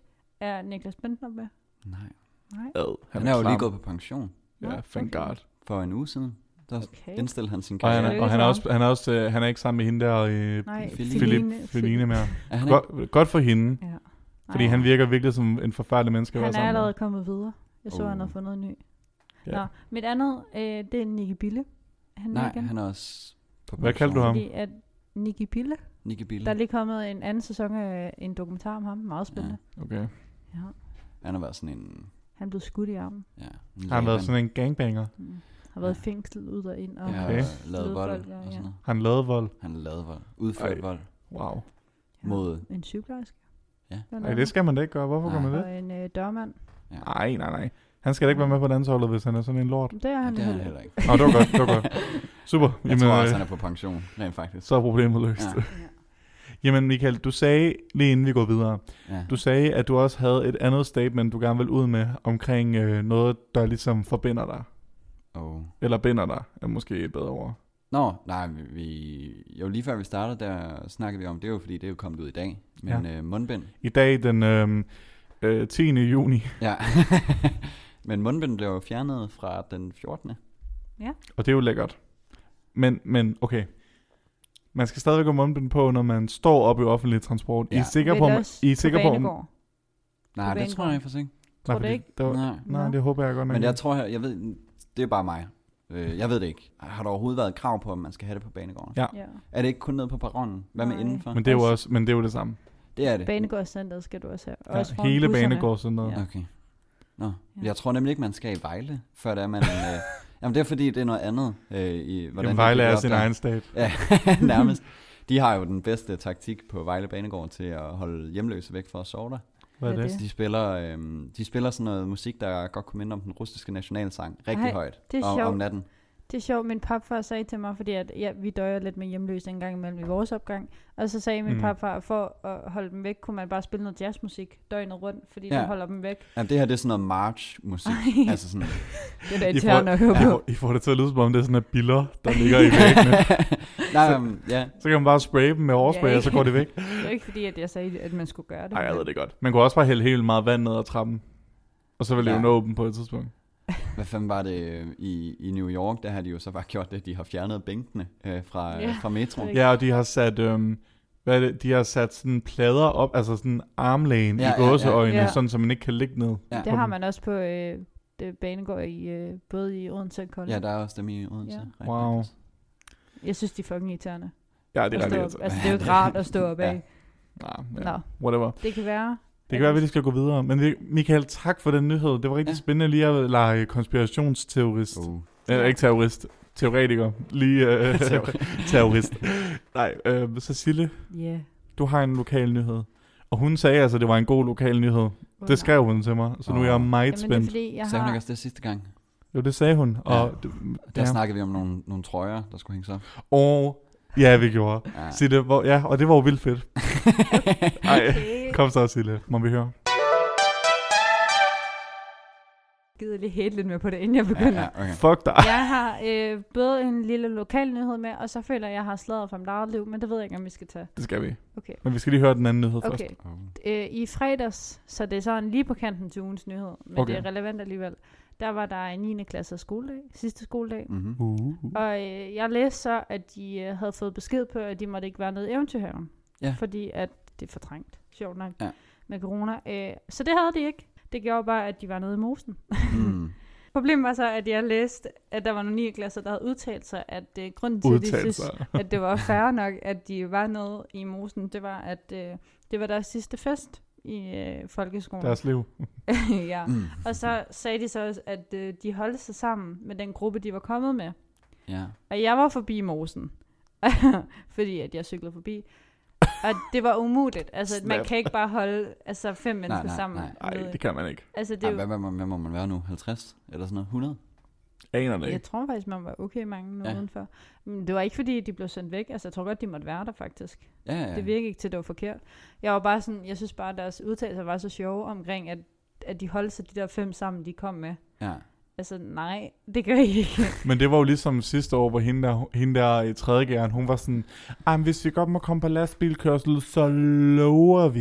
Er Niklas Bentner med? Nej. Nej. Ad, Han er jo klam. lige gået på pension Ja, Nå, thank okay. God. for en uge siden. Der Okay. indstillede han sin Og han, karriere. er, og han er også, han er også, øh, han er ikke sammen med hende der, øh, Nej, Feline. Philip, Feline mere. Er han ikke? Godt, godt for hende, Ja. fordi Nej, han virker virkelig som en forfærdelig menneske at være Han er sammen med. allerede kommet videre. Jeg så, Oh. han har fundet en ny. Ja. Nå, mit andet, øh, det er Nicky Bille. Han er Nej, igen. han er også på Hvad kaldte du ham? Fordi at Nicky Bille, Nicky Bille. der er lige kommet en anden sæson af en dokumentar om ham. Meget spændende. Okay. Ja. Han har været sådan en... Han blev skudt i armen. Ja, en Har han været lægmand. sådan en gangbanger? Mm. Har været i fængsel ud og ind. Og Ja, Okay. og slået lavet vold folk, ja, og ja. sådan noget. Har han lavet vold? Han lavede vold. Udført Ej. vold Wow. Ja. mod... En sygeplejerske. Ja. Blandt Nej, det andet. skal man da ikke gøre. Hvorfor Nej. gør man det? Og en øh, dørmand. Nej, nej, nej. Han skal da ikke være med på dansholdet, hvis han er sådan en lort. Det er Ja, han det er han heller heller ikke. ikke. Nå, det var godt, det var godt. Super. Jeg Jamen, tror også, øh, han er på pension, rent faktisk. så er problemet løst. Ja. Jamen Michael, du sagde, lige inden vi går videre, Ja. du sagde, at du også havde et andet statement, du gerne vil ud med, omkring øh, noget, der ligesom forbinder dig. Oh. Eller binder dig, er måske et bedre ord. Nå, nej, vi, vi, jo lige før vi startede, der snakkede vi om, det er jo fordi, det er jo kommet ud i dag, men ja. øh, mundbind. I dag, den øh, øh, tiende juni, Ja, men mundbind blev jo fjernet fra den fjortende og det er jo lækkert. Men, men okay, man skal stadigvæk have mundbind på, når man står op i offentlig transport. Ja. I er sikre på, om- I er sikre på, om- Banegård. Nej, det tror jeg faktisk ikke. Tror du fordi ikke? Der, var, Nej. nej, det håber jeg godt nok. Men ikke. jeg tror, jeg, jeg ved, det er bare mig. Øh, Jeg ved det ikke. Har der overhovedet været krav på, at man skal have det på banegården? Ja. Ja. Er det ikke kun nede på perronen? Hvad med Nej. indenfor? Men det er jo Altså- også, men det er jo det samme. Det er det. Banegårdscenteret skal du også have. Ja, Også foran hele busserne. banegårdscenteret. Ja. Okay. Nå, Ja. jeg tror nemlig ikke, man skal i Vejle, før det er man... øh, jamen det er fordi, det er noget andet. Øh, i, hvordan Jamen, de Vejle bygger er op sin der. egen stat. Ja, nærmest. De har jo den bedste taktik på Vejle Banegård til at holde hjemløse væk fra at sove der. Hvad er Hvad er det? det? De spiller, øhm, de spiller sådan noget musik, der godt kunne minde om den russiske nationalsang. Rigtig Ej, højt det er om, sjovt. om natten. Det er sjovt, min papfar sagde til mig, fordi at, ja, vi døjer lidt med hjemløse en gang imellem i vores opgang. Og så sagde min Mm. mm. papfar, at for at holde dem væk, kunne man bare spille noget jazzmusik døgnet rundt, fordi Ja. ja. det holder dem væk. Jamen, det her det er sådan noget march-musik. Ej. Altså sådan... Det er da I irriterende at får, høre I, på. får, I får det til at lyde som om det er sådan en biller, der ligger i væggene. Nej, um, ja. Så kan man bare spraye dem med overspray, Ja, og så går det væk. Det er jo ikke fordi, at jeg sagde, at man skulle gøre det. Nej, jeg men- ved det godt. Man kunne også bare hælde helt vildt meget vand ned ad trappen. Og så ville det Ja. jo nå dem på et tidspunkt. Hvad fanden var det øh, i, i New York? Der har de jo så bare gjort det. De har fjernet bænkene øh, fra, Ja, øh, fra metro. det er Ja, og de har sat, øhm, hvad er det? De har sat sådan plader op, altså sådan armlægen Ja, i ja, ja. gåseøjne, Ja. sådan så man ikke kan ligge ned. Ja. Det har man også på øh, det banegård i øh, både i Odense og Kolding. Ja, der er også dem i Odense. Ja. Rigtig Wow. godt. Jeg synes, de er fucking irriterende. Ja, det er At ret stå op. irriterende. Altså, det er jo ikke rart at stå op af. Ja. Nah, Ja. ja. Nå, Whatever. det kan være. Det kan være, at vi lige skal gå videre. Men vi, Michael, tak for den nyhed. Det var rigtig Ja. spændende lige at lege konspirationsteorist. Uh. Eller ikke terrorist. Teoretiker. Lige øh, terrorist. Nej, øh, Cecilie, Ja. Yeah. du har en lokal nyhed. Og hun sagde altså, at det var en god lokal nyhed. Det skrev hun til mig, så nu er jeg Åh. meget Jamen, det er spændt. fordi, jeg Sagde hun har... ikke også det sidste gang? Jo, det sagde hun. Ja. Og, det, Der ja. snakkede vi om nogle, nogle trøjer, der skulle hænges op. og ja, vi gjorde. Ja. Sille, hvor, ja, og det var jo vildt fedt. Ej, Okay. kom så, Sille. Må vi høre? Jeg gider lige helt lidt med på det, inden jeg begynder. Ja, ja, okay. Fuck dig. Jeg har øh, både en lille lokal nyhed med, og så føler jeg, at jeg har sladret fra mit eget liv, men det ved jeg ikke, om vi skal tage. Det skal vi. Okay. Men vi skal lige høre den anden nyhed først. Okay. Oh. Øh, I fredags, så det er sådan lige på kanten til ugens nyhed, men Okay. det er relevant alligevel. Der var der en niende klasse skoledag, sidste skoledag. Mm-hmm. Uh. Og øh, jeg læste så, at de øh, havde fået besked på, at de måtte ikke være nede i Eventyrhaven. Ja. Fordi at det er fortrængt, sjovt nok, Ja. med corona. Øh, så det havde de ikke. Det gjorde bare, at de var nede i mosen. Mm. Problemet var så, at jeg læste, at der var nogle niende klasser, der havde udtalt sig, at øh, grunden til, at de Udtalt synes, sig. at det var fair nok, at de var nede i mosen, det var, at øh, det var deres sidste fest i øh, folkeskolen. Deres liv. ja. Mm. Og så sagde de så også, at øh, de holdt sig sammen med den gruppe, de var kommet med. Ja. Og jeg var forbi mosen, fordi at jeg cyklede forbi. Og det var umuligt. Altså, man Snap. kan ikke bare holde altså, fem mennesker nej, sammen. nej. Nej, nede. det kan man ikke. Altså, det Ej, er hvad, jo, hvad, hvad må man være nu? halvtreds? Eller sådan noget? hundrede? Aner det jeg ikke. tror faktisk, man var okay mange Ja. udenfor. Men det var ikke, fordi de blev sendt væk. Altså, jeg tror godt, de måtte være der, faktisk. Ja, ja. Ja. Det virkede ikke til, at det var forkert. Jeg var bare sådan, jeg synes bare, at deres udtalelser var så sjove omkring, at, at de holdt sig de der fem sammen, de kom med. Ja. Altså, nej, det gør I ikke. Men det var jo ligesom sidste år, hvor hende der, hende der i tredje gæren, hun var sådan, "Ej, men hvis vi godt må komme på lastbilkørsel, så lover vi,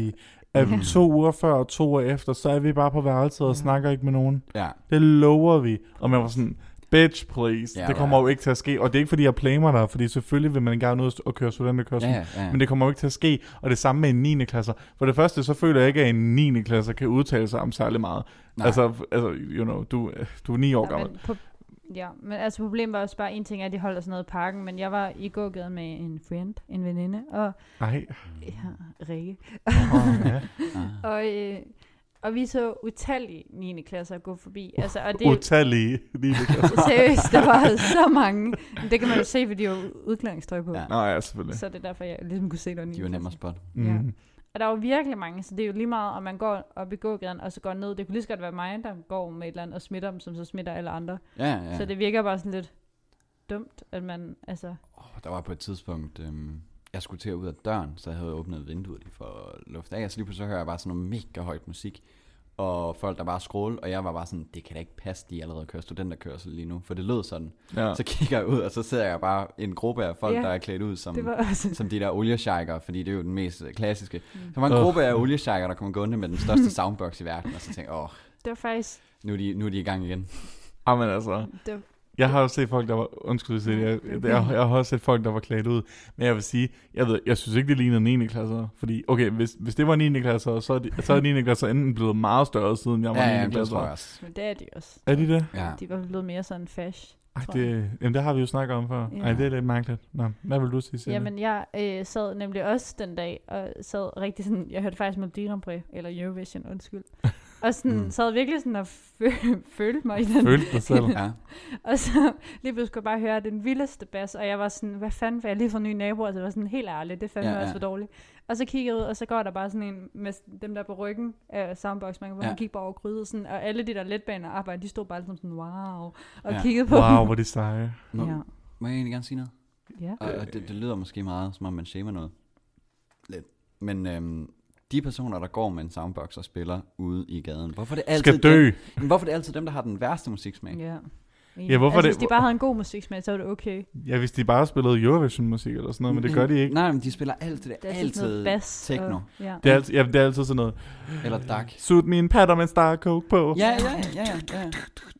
at to uger før og to uger efter, så er vi bare på værelset og Ja. snakker ikke med nogen. Ja. Det lover vi. Og man var sådan, bitch please, Ja, det kommer ja. jo ikke til at ske. Og det er ikke fordi, jeg blamer dig, fordi selvfølgelig vil man gerne ud og køre studenterkørsel. Ja, ja, ja. Men det kommer jo ikke til at ske. Og det samme med en niende klasse. For det første, så føler jeg ikke, at en niende klasse kan udtale sig om særlig meget. Nej. Altså, altså, you know, du, du er ni år Ja, gammel. men på, ja, men altså problemet var også bare en ting, at de holdt sådan noget i parken, men jeg var i gågaden med en friend, en veninde, og Nej. ja, Rikke, Oh, ja. Ah. og, øh, og vi så utallige niende klasser gå forbi. Altså, og det er jo- Utallige niende klasse. seriøst, der var så mange. Men det kan man jo se, fordi de har udklædningstøj på. Ja. Ja. Nå ja, selvfølgelig. Så det er derfor, jeg ligesom kunne se, der var De var niende nemme at klasse. spotte. Ja. Mm. Og der var virkelig mange, så det er jo lige meget, om man går op i gågaden, og så går ned. Det kunne lige så godt være mig, der går med et eller andet og smitter dem, som så smitter alle andre. Ja, ja. Ja. Så det virker bare sådan lidt dumt, at man, altså... Oh, der var på et tidspunkt, øhm, jeg skulle til at ud af døren, så jeg havde åbnet vinduet lige for luft af, og så lige pludselig så hører jeg bare sådan noget mega højt musik, og folk der bare scroll, og jeg var bare sådan, det kan da ikke passe, de allerede kører studenterkørsel lige nu, for det lød sådan. Ja. Så kigger jeg ud, og så ser jeg bare en gruppe af folk, Ja. der er klædt ud som, Det var også... som de der olieshaker, fordi det er jo den mest øh, klassiske. Mm. Der var en Ugh. gruppe af olieshaker, der kom gående med den største soundbox i verden, og så tænkte jeg, åh, Det var faktisk... nu er de, nu er de i gang igen. Jamen altså, Det var, jeg har jo set folk, der var... Undskyld, jeg, jeg, jeg, jeg, jeg har også set folk, der var klædt ud. Men jeg vil sige, jeg ved, jeg synes ikke, det lignede niende klasser. Fordi, okay, hvis, hvis det var niende klasser, så er, de, så er niende klasser enten blevet meget større, siden jeg var Ja, ja, niende det klasser. tror jeg også. men det er de også. Er de det? Ja. De var blevet mere sådan fash. Ej, tror jeg. det, jamen, det har vi jo snakket om før. Ja. Ej, det er lidt mærkeligt. Nå, hvad vil du sige, Signe? Jamen, jeg øh, sad nemlig også den dag, og sad rigtig sådan, jeg hørte faktisk Melodi Grand Prix, eller Eurovision, undskyld. Og sådan, Mm. mm. sad virkelig sådan og fø- følte mig i den. Følte dig selv. Ja. Og så lige pludselig kunne jeg bare høre den vildeste bas, og jeg var sådan, hvad fanden, for jeg har lige fået nye naboer, altså det var sådan helt ærligt, det fandt Ja, ja, ja. også for dårligt. Og så kiggede jeg ud, og så går der bare sådan en, med dem der på ryggen af soundbox, man kan Ja. ja. kigge bare over krydset, sådan, og alle de der letbaner arbejde, de stod bare som sådan, wow, og Ja. ja. kiggede på Wow, dem. hvor de seje. Må, Ja. må jeg egentlig gerne sige noget? Ja. Og, og det, det lyder måske meget, som om man shamer noget. Lidt. Men øhm, de personer, der går med en soundbox og spiller ude i gaden, hvorfor er det altid, Skal dø. Dem, hvorfor er det altid dem, der har den værste musiksmag? Ja. Ja, hvorfor altså, det- hvis de bare havde en god musiksmag, så var det okay. Ja, hvis de bare spillede Eurovision-musik eller sådan noget, men det gør de ikke. Nej, men de spiller altid det. Det er altid sådan noget bass. techno. Og, ja. Det er altid, ja, det er altid sådan noget. Eller dark. Sut min patter, mens der er coke på. Ja, ja, ja, ja, ja.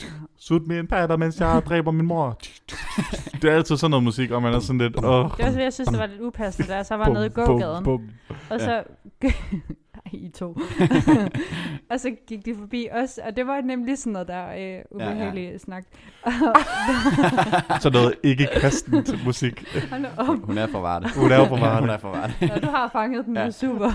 Sut min patter, mens jeg dræber min mor. Det er altid sådan noget musik, og man er sådan lidt... Åh, Det var også, jeg synes, det var lidt upassende, da jeg så var bum, nede i bum, gågaden. bum. Og så... Ej, I to. og så gik de forbi os, og det var nemlig sådan noget der øh, ubehageligt ja, ja. snak. Sådan noget ikke-kristent musik. Hold nu op. Hun er fra Varde. Hun er jo fra Hun Varde. er fra Varde. Nå, du har fanget den, Ja. ja. super.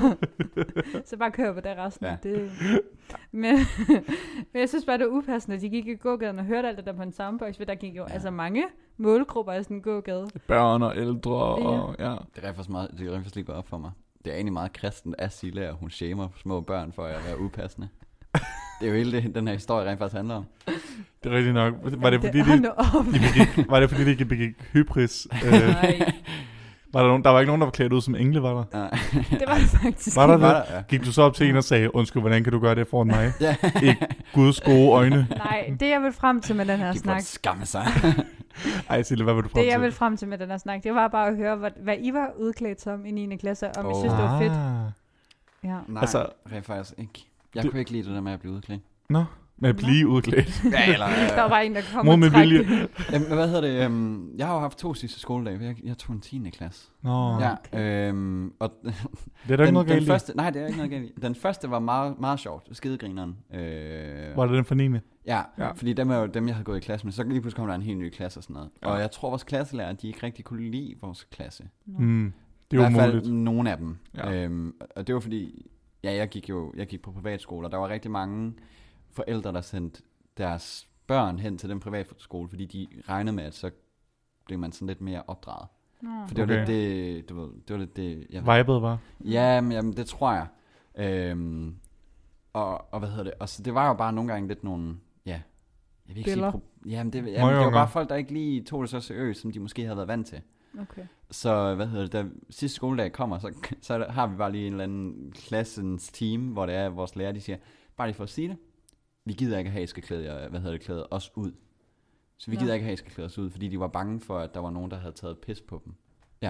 Så bare kør på det resten. Ja. Ja. Det. Men, men jeg synes bare, det var upassende, at de gik i gågaden og hørte alt det der på en soundbox, for der gik jo ja. altså mange målgrupper i sådan en gågade. Børn og ældre og... Ja. Det er faktisk meget, det er faktisk lige gået op for mig. Det er egentlig meget kristent af Silla, at hun shamer små børn for at være upassende. Det er jo hele det, den her historie rent faktisk handler om. Det er rigtigt nok. Var det fordi, Hold de, nu op. de begik, var det fordi, de ikke begik hybris? Øh, Nej, var der, nogen, der var ikke nogen, der var klædt ud som engle, var der? Nej. det var det faktisk. Var der Var det? der, ja. Gik du så op til en og sagde, undskyld, hvordan kan du gøre det foran mig? Ja. Ikke Guds gode øjne. Nej, det jeg vil frem til med den her De snak, burde skamme sig. Ej, Sille, hvad vil du frem det jeg til? vil frem til med den her snak, det var bare at høre, hvad, hvad I var udklædt som i niende klasse, om oh. I synes, det var fedt. Ah. Ja. Nej, Altså- altså, rent faktisk ikke. Jeg Det- kunne ikke lide det der med at blive udklædt. Nå, med at blive udklædt. Ja, eller... Der var en, der kom Mod og med træk. vilje. Jamen, hvad hedder det? Um, jeg har jo haft to sidste skoledage. Jeg, jeg tog en tiende klasse. Nå, Ja, okay. øhm, og det er der ikke den, noget den galt i. første, nej, det er ikke noget galt i. Den første var meget, meget sjovt. Skidegrineren. Øh, Var det den for niende? ja, Ja. ja, fordi dem er jo dem, jeg havde gået i klasse med. Så lige pludselig kom der en helt ny klasse og sådan noget. Ja. Og jeg tror, vores klasselærer, de ikke rigtig kunne lide vores klasse. Nå. Mm, det I er hvert fald umuligt. nogle af dem. Ja. Ja. Øhm, og det var fordi, ja, jeg gik jo jeg gik på privatskole, og der var rigtig mange forældre, der sendte deres børn hen til den privatskole, fordi de regnede med, at så blev man sådan lidt mere opdraget. Nå. For det var Okay. lidt det, du ved, det var lidt det, jeg Vibet var. Ja, men, jamen, det tror jeg. Øhm, og, og hvad hedder det? Og så det var jo bare nogle gange lidt nogle, ja, jeg vil ikke Biller. sige, pro- jamen, det, jamen, det Møgunger. var bare folk, der ikke lige tog det så seriøst, som de måske havde været vant til. Okay. Så hvad hedder det, da sidste skoledag kommer, så, så er der- har vi bare lige en eller anden klassens team, hvor det er, at vores lærer, de siger, bare lige for at sige det, vi gider ikke have, at I skal klæde jer, hvad hedder det, klæde os ud. Så vi Nå. gider ikke have, at I skal klæde os ud, fordi de var bange for, at der var nogen, der havde taget pis på dem. Ja. Nå.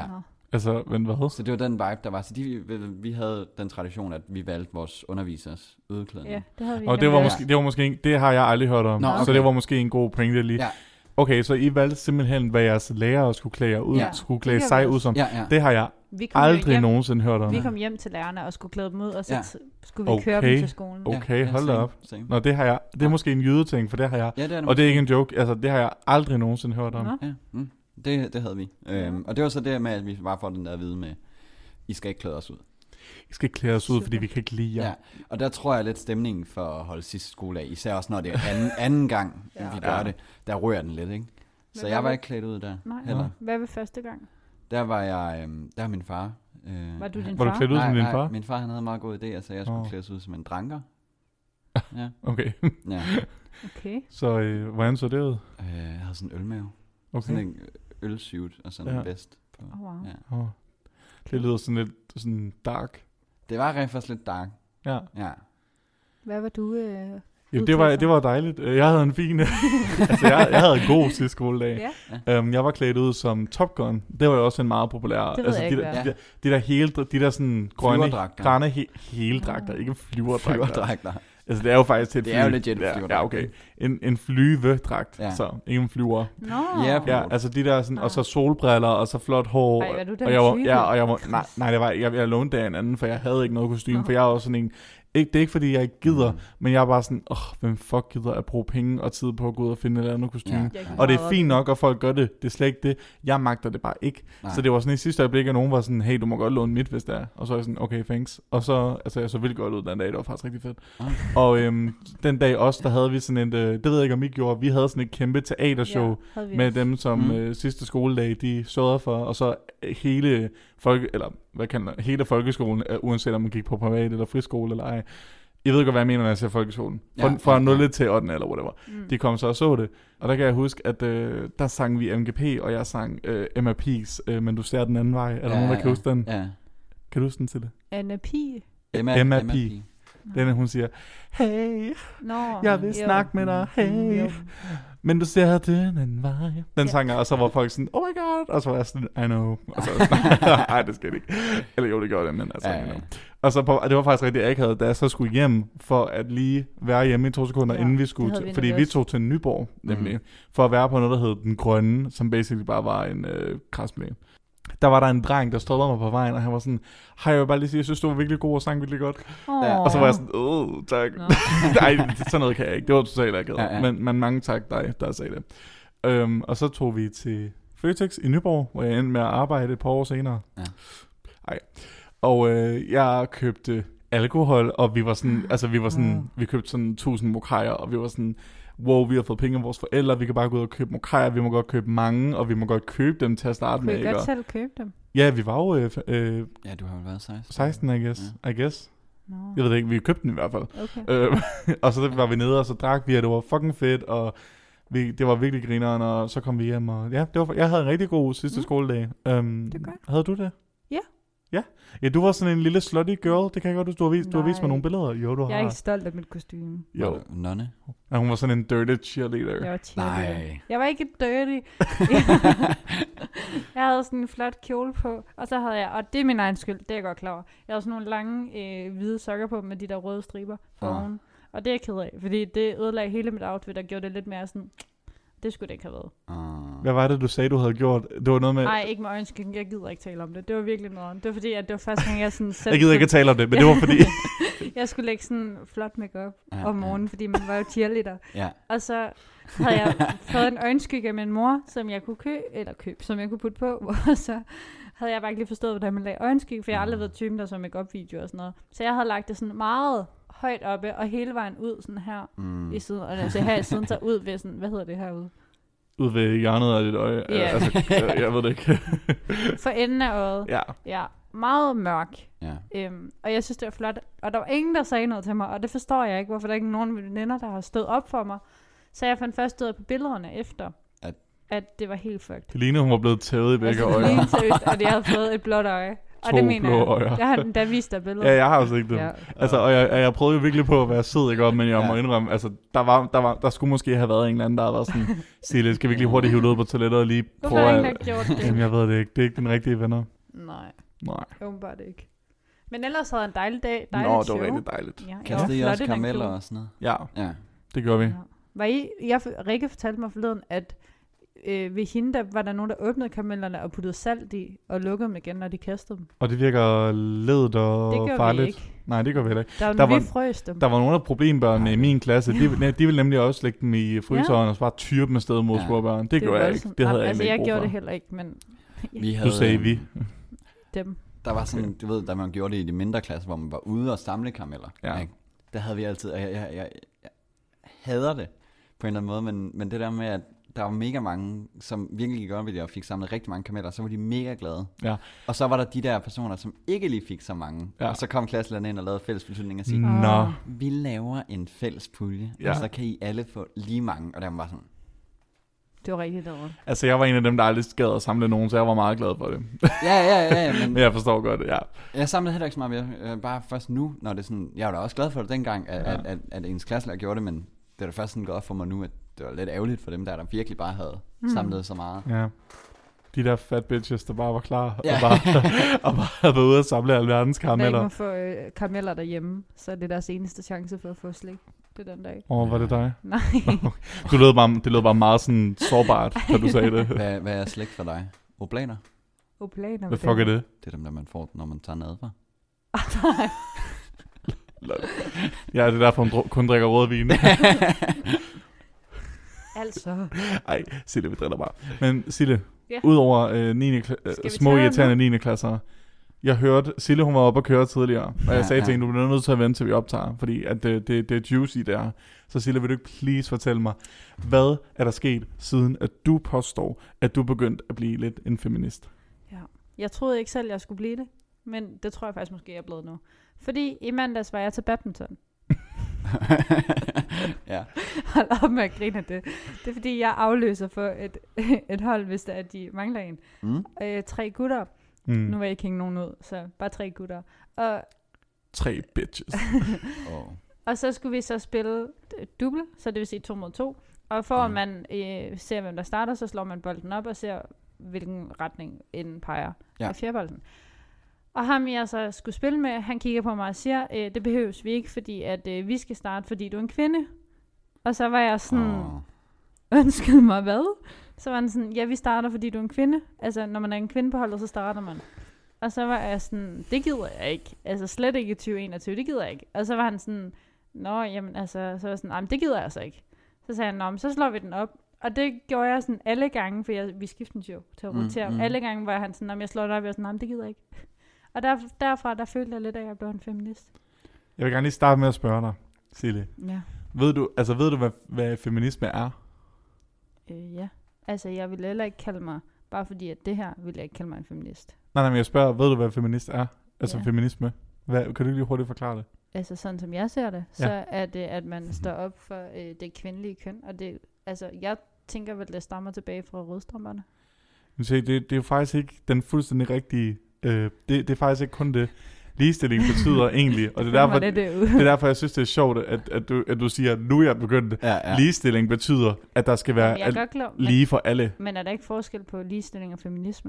Altså, men hvad? Så det var den vibe, der var. Så de, vi, vi havde den tradition, at vi valgte vores undervisers udklædning. Ja, det havde vi. Og det var, Ja. måske, det var måske en, det har jeg aldrig hørt om. Nå, Så okay. det var måske en god pointe lige. Ja. Okay, så I valgte simpelthen, hvad jeres lærere skulle klæde jer ud, Ja. skulle Det klæde gør sig vi ud også. som. Ja, ja. Det har jeg Vi kom jo aldrig hjem, nogensinde hørt om. Vi kom hjem til lærerne og skulle klæde dem ud, og så Ja. t- skulle vi køre Okay. dem til skolen. Okay, ja, hold da same, op. same. Nå, det har jeg. Det er måske en jydeting, for det har jeg. Ja, det er det Og det er ikke en joke. Altså, det har jeg aldrig nogensinde hørt om. Nå. Ja, mm. det, det havde vi. Øhm, og det var så det med, at vi bare får den der at vide med, I skal ikke klæde os ud. I skal klæde os ud, Super. fordi vi kan ikke lide jer. Ja. Og der tror jeg lidt stemningen for at holde sidste skoledag, især også når det er anden, anden gang, Ja. vi gør Ja. det, der rører den lidt, ikke? Så hvad jeg var var- ikke klædt ud der Nej, heller. hvad var første gang? Der var jeg, øhm, der var min far. Øh, Var du din Var du far? klædt ud som nej, din nej, far? min far han havde en meget god idé, altså jeg skulle Åh. klædes ud som en dranker. Ja, Okay. ja. Okay. Så øh, hvordan så det ud? Øh, jeg havde sådan en ølmave. Okay. Sådan en ølsuit og sådan Ja. en vest på. Oh, wow. Ja. Oh. Det lyder sådan lidt sådan dark. Det var rent faktisk lidt dark. Ja. Ja. Hvad var du? Øh... Ja, det var, det var dejligt. Øh, Jeg havde en fin... altså, jeg, jeg havde en god sidste skoledag. Ja. Um, jeg var klædt ud som Top Gun. Det var jo også en meget populær... Det ved altså, jeg de, ikke, der, hvad de, der, de der hele... De der sådan grønne... Flyverdragter. Grønne he, hele dragter. Ah. Ikke flyverdragter. Flyverdragter. Altså, det er jo faktisk til et Det fly. er jo legit ja, flyverdragt. ja, okay. En, en flyvedragt. Ja. Så, ikke en flyver. Nå. Ja, Ja, altså de der sådan... Ah. Og så solbriller, og så flot hår. Ej, var du den og jeg var, type? ja, og jeg var, Chris. nej, nej, det var, jeg, jeg lånte af en anden, for jeg havde ikke noget kostume, Nå. for jeg var sådan en, ikke, det er ikke fordi, jeg ikke gider, Mm. men jeg er bare sådan, åh, oh, hvem fuck gider at bruge penge og tid på at gå ud og finde et andet kostume. Ja. Jeg gik Og det er meget fint op i nok, at folk gør det. Det er slet ikke det. Jeg magter det bare ikke. Nej. Så det var sådan i sidste øjeblik, at nogen var sådan, hey, du må godt låne mit, hvis det er. Og så er jeg sådan, okay, thanks. Og så, altså jeg så vildt godt ud den dag, det var faktisk rigtig fedt. Ah. Og øhm, den dag også, der havde vi sådan et, øh, det ved jeg ikke, om I gjorde, vi havde sådan et kæmpe teatershow, Ja, havde vi med også. dem, som Mm. mm. øh, sidste skoledag, de sørgede for, og så øh, hele, folke, eller, hvad kan man, hele folkeskolen, øh, uanset om man gik på privat eller friskole eller ej. Jeg ved ikke, hvad jeg mener, når jeg siger folkeskolen. Fra, Ja, fra ja, nul ja. til ottende eller whatever. Mm. De kom så og så det. Og der kan jeg huske, at øh, der sang vi M G P, og jeg sang øh, M R P's, øh, men du ser den anden vej. Er der Ja, nogen, der ja, kan huske den? Ja. Kan du huske den til det? Anna Pie. Emma, Emma Emma P. P. Den, hun siger, hey, Nå. jeg vil jo. snakke med dig, hey. Jo. Men du ser den anden vej. Den Ja. sang jeg, og så var folk sådan, oh my god. Og så var jeg sådan, I know. Og så, ej, det skal det ikke. Eller jo, det gjorde det, men altså, Ja, you ja. know. Og så på, det var faktisk rigtig akavet, da jeg så skulle hjem, for at lige være hjemme i to sekunder, Ja, ja, inden vi det skulle, havde til, vi fordi nemlig vi også. tog til Nyborg, nemlig, mm. for at være på noget, der hed Den Grønne, som basically bare var en øh, græsplæne. Der var der en dreng, der stoppede mig på vejen, og han var sådan, hej, jeg vil bare lige sige, jeg synes, du var virkelig god og sang virkelig godt. Åh. Og så var jeg sådan, åh, tak. Nå. Nej, sådan noget kan jeg ikke. Det var totalt akavet. Ja, Ja, ja. ja. Men, men mange tak dig, der sagde det. Øhm, og så tog vi til Føtex i Nyborg, hvor jeg endte med at arbejde et par år senere. Ja. Ej. Og øh, jeg købte alkohol, og vi var sådan, altså vi var sådan, vi købte sådan tusind mokajer, og vi var sådan, wow, vi har fået penge af vores forældre, vi kan bare gå ud og købe mokajer, vi må godt købe mange, og vi må godt købe dem til at starte Kunne med. I Ikke? godt Og- selv købe dem? Ja, vi var jo øh, f- øh, Ja, du har jo været seksten. seksten, I guess. I guess. Nå. Jeg ved det ikke, vi købte den i hvert fald. Okay. Øh, og så var vi nede, og så drak vi, og det var fucking fedt, og vi, det var virkelig grineren, og så kom vi hjem, og ja, det var, jeg havde en rigtig god sidste Mm. mm. skoledag. Um, Det er godt. havde du det? Ja. Ja? Ja, du var sådan en lille slutty girl, det kan jeg godt huske. Du har vist, du har vist mig Nej. nogle billeder. Jo, du Jeg er har. ikke stolt af mit kostume. Jo. Nonne? Ja, hun var sådan en dirty cheerleader. Jeg var cheerleader. Nej. Jeg var ikke dirty. Jeg havde sådan en flot kjole på, og så havde jeg, og det er min egen skyld, det er jeg godt klar over. Jeg havde sådan nogle lange øh, hvide sokker på med de der røde striber foran. Ah. Og det er jeg ked af, fordi det ødelagde hele mit outfit og gjorde det lidt mere sådan, det skulle det ikke have været. Uh. Hvad var det, du sagde, du havde gjort? Det var noget med... Nej, ikke med øjenskyggen, jeg gider ikke tale om det. Det var virkelig noget. Det var fordi, at det var første gang, jeg sådan selv Jeg gider ikke at tale om det, men det var fordi... jeg skulle lægge sådan flot makeup Ja, om morgenen, fordi man var jo cheerleader. Ja. Og så havde jeg fået en øjenskygge af min mor, som jeg kunne købe, eller købe, som jeg kunne putte på. Og så havde jeg bare ikke lige forstået, hvordan man lagde øjenskygge, for jeg har aldrig været typen, der så make-up-video og sådan noget. Så jeg havde lagt det sådan meget højt oppe, og hele vejen ud sådan her Mm. i siden. Og altså her i siden, så ud ved sådan, hvad hedder det herude? Ud ved hjørnet af dit øje. Ja. Yeah. Altså, øh, jeg ved det ikke. For enden af øjet. ja. Ja, meget mørk. Ja. Øhm, og jeg synes, det var flot. Og der var ingen, der sagde noget til mig, og det forstår jeg ikke, hvorfor der ikke er nogen veninder, der har stået op for mig. Så jeg fandt først ud af på billederne efter, At- at det var helt fucked. Helene, hun var blevet tævet i begge Altså, øjne. lige seriøst, at jeg havde fået et blåt øje. Og To det mener blå jeg. øjer. Jeg har da vist dig billedet. Ja, jeg har også ikke det. Ja. Altså, og jeg, jeg prøvede jo virkelig på at være sød, ikke? Men jeg må Ja. indrømme, altså, der, var, der, var, der skulle måske have været en eller anden, der havde været sådan, Sille, skal vi ikke lige hurtigt hive det ud på toilettet og lige Hvorfor prøve har at... ingen, der gjort det? Jamen, jeg ved det ikke. Det er ikke den rigtige venner. Nej, Nej. åbenbart ikke. Men ellers havde jeg en dejlig dag. Dejligt Nå, det show. var rigtig dejligt. Ja, Kastede I flot også i den karameller kjole. og sådan noget? Ja, Ja. det gjorde vi. Ja. Var I, jeg, Rikke fortalte mig forleden, at øh, ved hende, der var der nogen, der åbnede karamellerne og puttede salt i, og lukkede dem igen, når de kastede dem. Og det virker ledet og Det gør farligt. vi ikke. Nej, det gør vi heller ikke. Der, Der vi var- frøs dem. Der var nogle af problembørnene i min klasse. De, de ville nemlig også lægge dem i fryseren og så bare tyre dem afsted mod Ja. små børn. Det, var gjorde jeg ikke. voldsomt. Det havde Nej, jeg altså, egentlig jeg ikke brug gjorde for. det heller ikke, men Vi havde, Du sagde vi. dem. Der var sådan, du ved, da man gjorde det i de mindre klasser, hvor man var ude og samle karameller. Ja. Ikke? Der havde vi altid, og jeg, jeg, jeg, jeg hader det på en eller anden måde, men, men det der med, at der var mega mange, som virkelig gik op i det og fik samlet rigtig mange karameller, så var de mega glade. Ja. Og så var der de der personer, som ikke lige fik så mange. Ja. Og så kom klasselæreren ind og lavede fælles beslutning og sige, Nå. vi laver en fælles pulje, Ja. og så kan I alle få lige mange. Og der var bare sådan, Det var rigtig dårligt. Altså, jeg var en af dem, der aldrig gad at samle nogen, så jeg var meget glad for det. ja, ja, ja, ja, men Men jeg forstår godt, ja. jeg samlede heller ikke så meget mere. Øh, bare først nu, når det er sådan, jeg var da også glad for det dengang, at, Ja. ja. at, at, at ens klasselærer gjorde det, men det er da først sådan gået op for mig nu, at det var lidt ærgerligt for dem der, der virkelig bare havde Mm. samlet så meget. ja. De der fat bitches, der bare var klar Ja. og, bare, og bare havde været ude og samle alverdens Der ikke karameller. må få øh, karameller derhjemme, så er det deres eneste chance for at få slik. Det er den dag. Åh, oh, var det dig? Nej. Du lød bare, det lød bare meget sådan sårbart, da du sagde det. Hvad, hvad er slik for dig? Oblaner? Oplaner. Hvad fuck er det? Det er dem, der man får, når man tager nadver. Ja, det er derfor, hun dru- kun drikker rødvin. Altså. Ej, Sille, vi driller bare. Men Sille, Ja. udover øh, niende kla- øh, Skal vi små tage irriterende niende klasser, jeg hørte, Sille hun var oppe og køre tidligere, og jeg Ja, sagde til ja. hende, du bliver nødt til at vente, til vi optager, fordi at det, det, det er juicy der. Så Sille, vil du ikke please fortælle mig, hvad er der sket, siden at du påstår, at du er begyndt at blive lidt en feminist? Ja. Jeg troede ikke selv, jeg skulle blive det, men det tror jeg faktisk måske, jeg er blevet nu. Fordi i mandags var jeg til badminton. ja. Hold op med at grine af det. Det er fordi, jeg afløser for et, et hold, hvis der er, de mangler en. Mm. Øh, tre gutter. Mm. Nu vil jeg ikke hænge nogen ud, så bare tre gutter. Og, Tre bitches. Oh. og så skulle vi så spille øh, double, så det vil sige to mod to. Og for at Mm. man øh, ser, hvem der starter, så slår man bolden op og ser, hvilken retning enden peger Ja. af fjerbolden. Og ham jeg så skulle spille med, han kigger på mig og siger, øh, det behøves vi ikke, fordi at øh, vi skal starte, fordi du er en kvinde. Og så var jeg sådan, Oh. undskyld mig, hvad? Så var han sådan, ja, vi starter, fordi du er en kvinde. Altså, når man er en kvinde på holdet, så starter man. Og så var jeg sådan, det gider jeg ikke. Altså, slet ikke i tyve enogtyve, det gider jeg ikke. Og så var han sådan, nå, jamen, altså, så var jeg sådan, jamen, det gider jeg altså ikke. Så sagde han, nå, men så slår vi den op. Og det gjorde jeg sådan alle gange, for jeg, vi skiftede jo til at Mm, rotere. mm. Alle gange var han sådan, om jeg slår det op, jeg var sådan, nej, det gider jeg ikke. Og der, derfra, der følte jeg lidt, at jeg blev en feminist. Jeg vil gerne lige starte med at spørge dig, Sille. Ja. Ved du, altså ved du, hvad, hvad feminisme er? Øh, ja. Altså, jeg ville heller ikke kalde mig, bare fordi at det her, ville jeg ikke kalde mig en feminist. Nej, nej, men jeg spørger, ved du, hvad feminist er? Altså Ja. feminisme. Hvad, kan du ikke lige hurtigt forklare det? Altså sådan som jeg ser det, Ja. så er det, at man står op for øh, det kvindelige køn. Og det, altså, jeg tænker vel, det stammer tilbage fra rødstrømperne. Men se, det, det er jo faktisk ikke den fuldstændig rigtige... Øh, det, det er faktisk ikke kun det. Ligestilling betyder egentlig, og det er, derfor, det, det, det, det er derfor, jeg synes, det er sjovt, at, at, du, at du siger, at nu er jeg begyndt. Ja, ja. Ligestilling betyder, at der skal være jeg er al- godt klar, men, lige for alle. men er der ikke forskel på ligestilling og feminisme?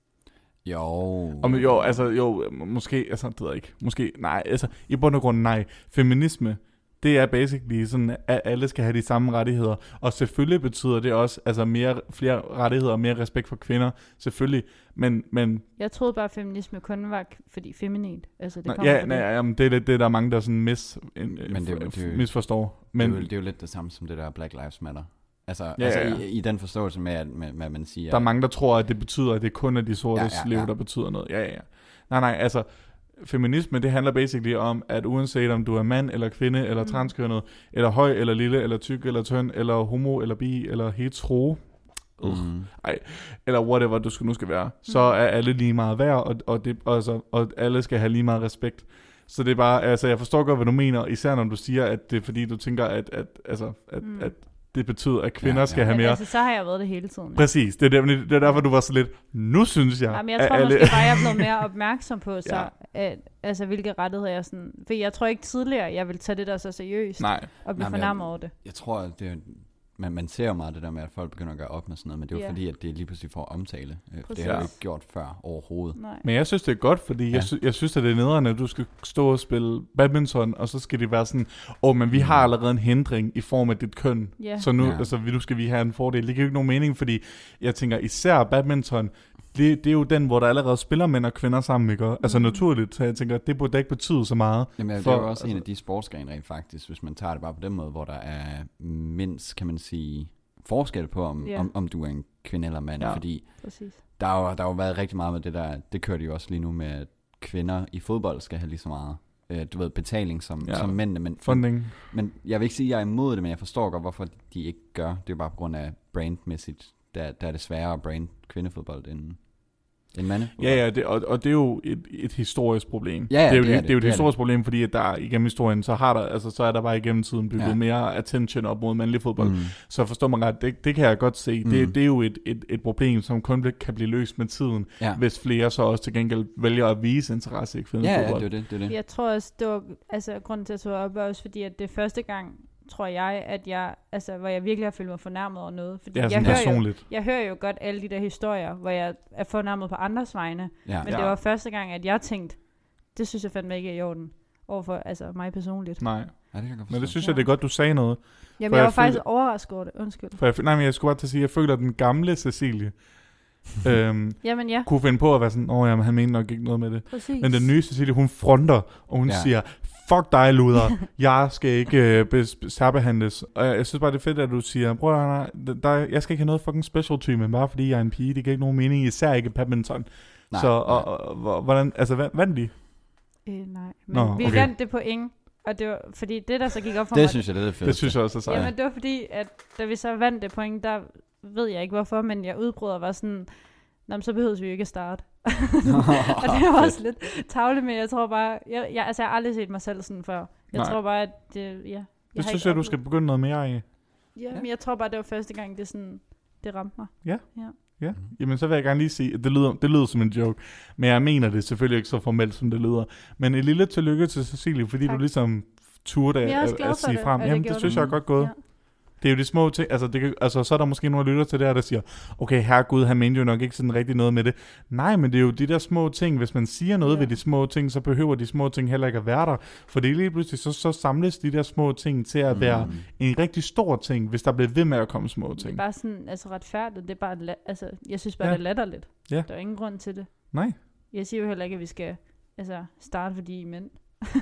Jo. Og men, jo, altså, jo, måske, altså, det ved jeg ikke. Måske, nej, altså, i bund og grund, nej. Feminisme, det er basically sådan, at alle skal have de samme rettigheder. Og selvfølgelig betyder det også, altså, mere, flere rettigheder og mere respekt for kvinder. Selvfølgelig, men, men Jeg troede bare, at feminisme kun var k- fordi feminint. Altså, det nej, kommer ja, fra nej, det. jamen, det er det, det er der mange, der sådan mis, en, Men det er jo- det er jo- misforstår. Men, Men det, er jo, det er jo lidt det samme som det der Black Lives Matter. Altså, Ja, ja, altså ja, ja. I, i den forståelse med, at med, med, at man siger... der er mange, der tror, at det betyder, at det kun er de sortes Ja, ja, liv, ja. der betyder noget. Ja, ja, ja. Nej, nej, altså, feminisme, det handler basically om, at uanset om du er mand eller kvinde, eller Mm. transkønnet, eller høj, eller lille, eller tyk, eller tynd, eller homo, eller bi, eller hetero, uh, Mm. eller whatever du skal, nu skal være, så Mm. er alle lige meget værd, og, og, det, altså, og alle skal have lige meget respekt. Så det er bare, altså jeg forstår godt, hvad du mener, især når du siger, at det er fordi, du tænker, at, at, altså, at, Mm. at det betyder, at kvinder Ja, ja. skal have Men mere. altså, så har jeg været det hele tiden. Præcis, det er, der, det er derfor, du var så lidt, nu synes jeg, Jamen, jeg at tror alle... måske bare, jeg er blevet mere opmærksom på, så, Ja. at, altså, hvilke rettigheder jeg sådan... For jeg tror ikke tidligere, jeg ville tage det der så seriøst, Nej, og blive Nej, men jeg- fornærmet over det. Jeg tror, at det, man, man ser jo meget det der med, at folk begynder at gøre op med sådan noget, men det er jo Ja. fordi, at det lige pludselig får omtale. Øh, Præcis. det har du ikke gjort før overhovedet. Nej. Men jeg synes, det er godt, fordi ja. jeg, sy- jeg synes, at det er nederen, at du skal stå og spille badminton, og så skal det være sådan, åh, oh, men vi har allerede en hindring i form af dit køn, Ja. så nu, Ja. altså, nu skal vi have en fordel. Det giver jo ikke nogen mening, fordi jeg tænker, især badminton, det, det er jo den, hvor der allerede spiller mænd og kvinder sammen, ikke? Altså Mm. naturligt, så jeg tænker, det burde da ikke betyde så meget. Jamen, det for- er jo også altså- en af de sportsgrene rent faktisk, hvis man tager det bare på den måde, hvor der er mindst, kan man sige, forskel på, om, Ja. om, om du er en kvinde eller mand, Ja. fordi Præcis. der har, jo, der har jo været rigtig meget med det der, det kører de jo også lige nu med, at kvinder i fodbold skal have lige så meget, øh, du ved, betaling som, Ja. som mændene, men, Funding. men jeg vil ikke sige, at jeg er imod det, men jeg forstår godt, hvorfor de ikke gør. Det er jo bare på grund af brandmæssigt, der, der er det sværere at brand kvindefodbold end, end mandefodbold. Ja, ja, det, og, og det er jo et, et historisk problem. Ja, ja, det er jo, det er det, det, det er jo et det er historisk problem, fordi at der igennem historien, så har der, altså så er der bare igennem tiden bygget Ja. mere attention op mod mandlig fodbold. Mm. Så forstår man ret, det, det kan jeg godt se. Mm. Det, det er jo et, et, et problem, som kun bl- kan blive løst med tiden, Ja. hvis flere så også til gengæld vælger at vise interesse i Ja, kvindefodbold. ja, det er jo det, det er det. Jeg tror også, det var, altså grunden til at tage op, er også fordi, at det er første gang, tror jeg, at jeg, altså, hvor jeg virkelig har følt mig fornærmet over noget. Fordi Det er jeg sådan hører, jo, personligt. jeg hører jo godt alle de der historier, hvor jeg er fornærmet på andres vegne, Ja. men Ja. det var første gang, at jeg tænkte, det synes jeg fandme ikke er i orden, overfor altså, mig personligt. Nej, Ja, det kan jeg godt men forstå. det synes Ja. jeg, det er godt, du sagde noget. Jamen, For jeg jeg var faktisk følte- overrasket over det, undskyld. For jeg, nej, men jeg skulle bare til at sige, at jeg føler, at den gamle Cecilie øhm, Jamen ja, kunne finde på at være sådan, åh, jamen, han mener nok ikke noget med det. præcis. Men den nye Cecilie, hun fronter, og hun Ja. ja. siger, fuck dig, luder, jeg skal ikke øh, bes- særbehandles. Og jeg, jeg synes bare, det er fedt, at du siger, prøv at høre, der, der, jeg skal ikke have noget fucking special treatment, bare fordi jeg er en pige, det giver ikke nogen mening, især ikke badminton. Nej, Så nej. og, og, og, hvordan, altså, hvad, vandt de? Øh, nej, men Nå, vi okay. vandt det point, og det var, fordi det der så gik op for Det mig, synes jeg, det er det fedeste. Det synes jeg også er sejt. jamen det var fordi, at da vi så vandt det point, der ved jeg ikke hvorfor, men jeg udbrød og var sådan, nå, men så behøver vi jo ikke at starte. Og det var også lidt tavligt, men jeg tror bare, jeg, jeg, altså jeg har aldrig set mig selv sådan før. Jeg Nej. tror bare, at det, ja. Jeg Det har synes ikke jeg, du skal oplevet- begynde noget mere i. Ja, men jeg tror bare, det var første gang, det sådan, det ramte mig. Ja, jamen så vil jeg gerne lige sige, at det lyder, det lyder som en joke, men jeg mener det selvfølgelig ikke så formelt, som det lyder. Men et lille tillykke til Cecilie, fordi Tak. du ligesom turde Jeg er også at, glad at for sige det, frem. at jeg Jamen det gjorde synes det. jeg er godt gået. Ja. Det er jo de små ting, altså, det kan, altså så er der måske nogle, der lytter til det her, der siger, okay, herregud, han mente jo nok ikke sådan rigtig noget med det. Nej, men det er jo de der små ting, hvis man siger noget Ja. ved de små ting, så behøver de små ting heller ikke at være der. For det er lige pludselig, så, så samles de der små ting til at være Mm. en rigtig stor ting, hvis der bliver ved med at komme små Det er ting. bare sådan, altså retfærdigt, det er bare, la- altså, jeg synes bare, Ja. det er latterligt. Ja. Der er ingen grund til det. Nej. Jeg siger jo heller ikke, at vi skal, altså, starte, fordi I er mænd.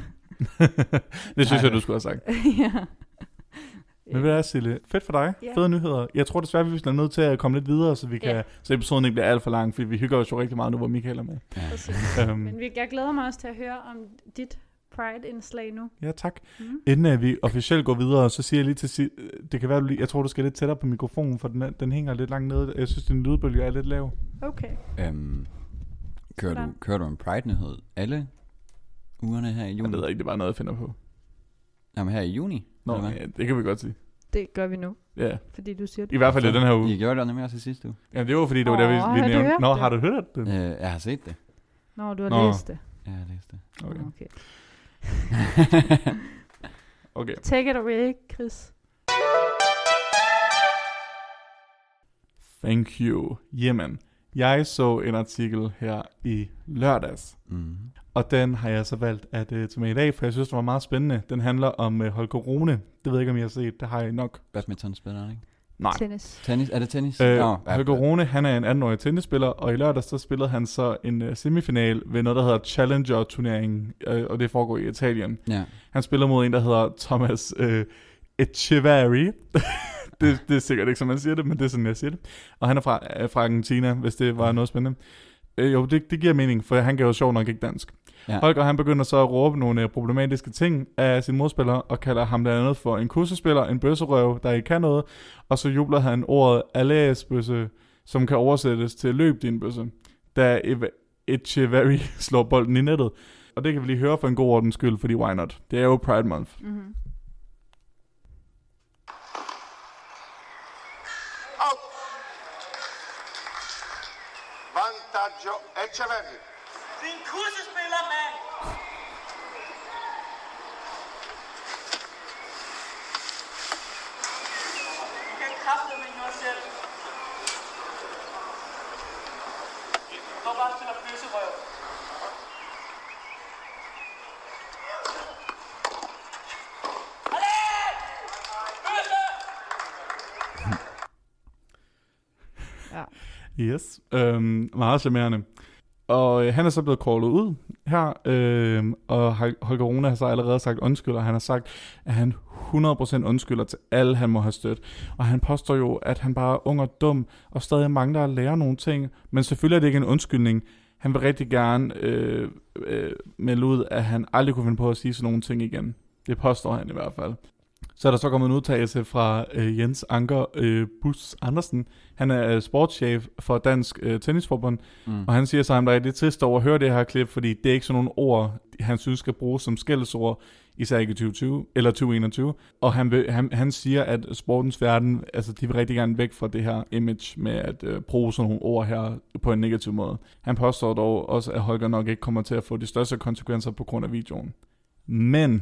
Det synes Nej. jeg, du skulle have sagt. ja. Men hvad er Sille? Fedt for dig. Ja. Fede nyheder. Jeg tror desværre, vi bliver nødt til at komme lidt videre, så vi kan, Ja. så episoden ikke bliver alt for lang, fordi vi hygger os jo rigtig meget nu, hvor Michael er med. Ja. Præcis. Um, Men vi, jeg glæder mig også til at høre om dit Pride-indslag nu. ja, tak. Mm. Inden at vi officielt går videre, så siger jeg lige til si- det kan være, du lige, jeg tror, du skal lidt tættere på mikrofonen, for den, er, den hænger lidt langt nede. Jeg synes, din lydbølge er lidt lav. Okay. Øhm, kører, du, Sådan. kører du en Pride-nyhed alle ugerne her i Jeg juni? ved ikke, det er bare noget, jeg finder på. Jamen her i juni? Nå, eller hvad? ja, det kan vi godt sige. Det gør vi nu, Ja, fordi du siger det. i hvert fald i den her uge. I gjorde det nemlig også i sidste uge. Ja, det var fordi, det var der, vi, Åh, har vi du nævnte. hørt Nå, det? har du hørt det? Øh, jeg har set det. Nå, du har Nå. læst det. Ja, jeg læste det. Okay. Okay. Okay. Take it away, Chris. Thank you. Jamen, jeg så en artikel her i lørdags, Mm. og den har jeg så valgt at uh, tage med i dag, for jeg synes, det var meget spændende. Den handler om uh, Holger Rune. Det ved jeg ikke, om I har set. Det har I nok. Badmintonspilleren, ikke? Nej. Tennis. Tennis? Er det tennis? Øh, Nå, ja, Holger Rune, han er en atten-årig tennisspiller, og i lørdags så spillede han så en uh, semifinal ved noget, der hedder Challenger-turneringen, uh, og det foregår i Italien. Ja. Han spiller mod en, der hedder Thomas uh, Echeverri. det, det er sikkert ikke, som man siger det, men det er sådan, jeg siger det. Og han er fra, uh, fra Argentina, hvis det var noget spændende. Uh, jo, det, det giver mening, for han kan jo sjovt nok ikke dansk. Ja. Holger, han begynder så at råbe nogle uh, problematiske ting af sin modspiller, og kalder ham blandt andet for en kussespiller, en bøsserøv, der ikke kan noget, og så jubler han ordet alæsbøsse, som kan oversættes til løb din bøsse, da Eva- Echeverri slår bolden i nettet. Og det kan vi lige høre for en god ordens skyld, fordi why not? Det er jo Pride Month. Mm-hmm. Out. Vantaggio Echeverri. Din kussespiller, mand! Du kan kraftedeme ikke noget selv. Gå bare til at bøsserøv. Ja. Yes, øhm, meget charmerende. Og øh, han er så blevet callet ud her, øh, og Holger Rune har så allerede sagt undskyld, og han har sagt, at han hundrede procent undskylder til alle, han må have stødt. Og han påstår jo, at han bare er ung og dum, og stadig mangler at lære nogle ting. Men selvfølgelig er det ikke en undskyldning. Han vil rigtig gerne øh, øh, melde ud, at han aldrig kunne finde på at sige sådan nogle ting igen. Det påstår han i hvert fald. Så er der så kommet en udtalelse fra øh, Jens Anker øh, Bus Andersen. Han er øh, sportschef for Dansk øh, Tennisforbund, mm. og han siger så, at han er rigtig trist over at høre det her klip, fordi det er ikke sådan nogle ord, han synes skal bruges som skældsord, især ikke i tyve tyve eller tyve enogtyve. Og han, vil, han, han siger, at sportens verden, altså de vil rigtig gerne væk fra det her image med at øh, bruge sådan nogle ord her på en negativ måde. Han påstår dog også, at Holger nok ikke kommer til at få de største konsekvenser på grund af videoen. Men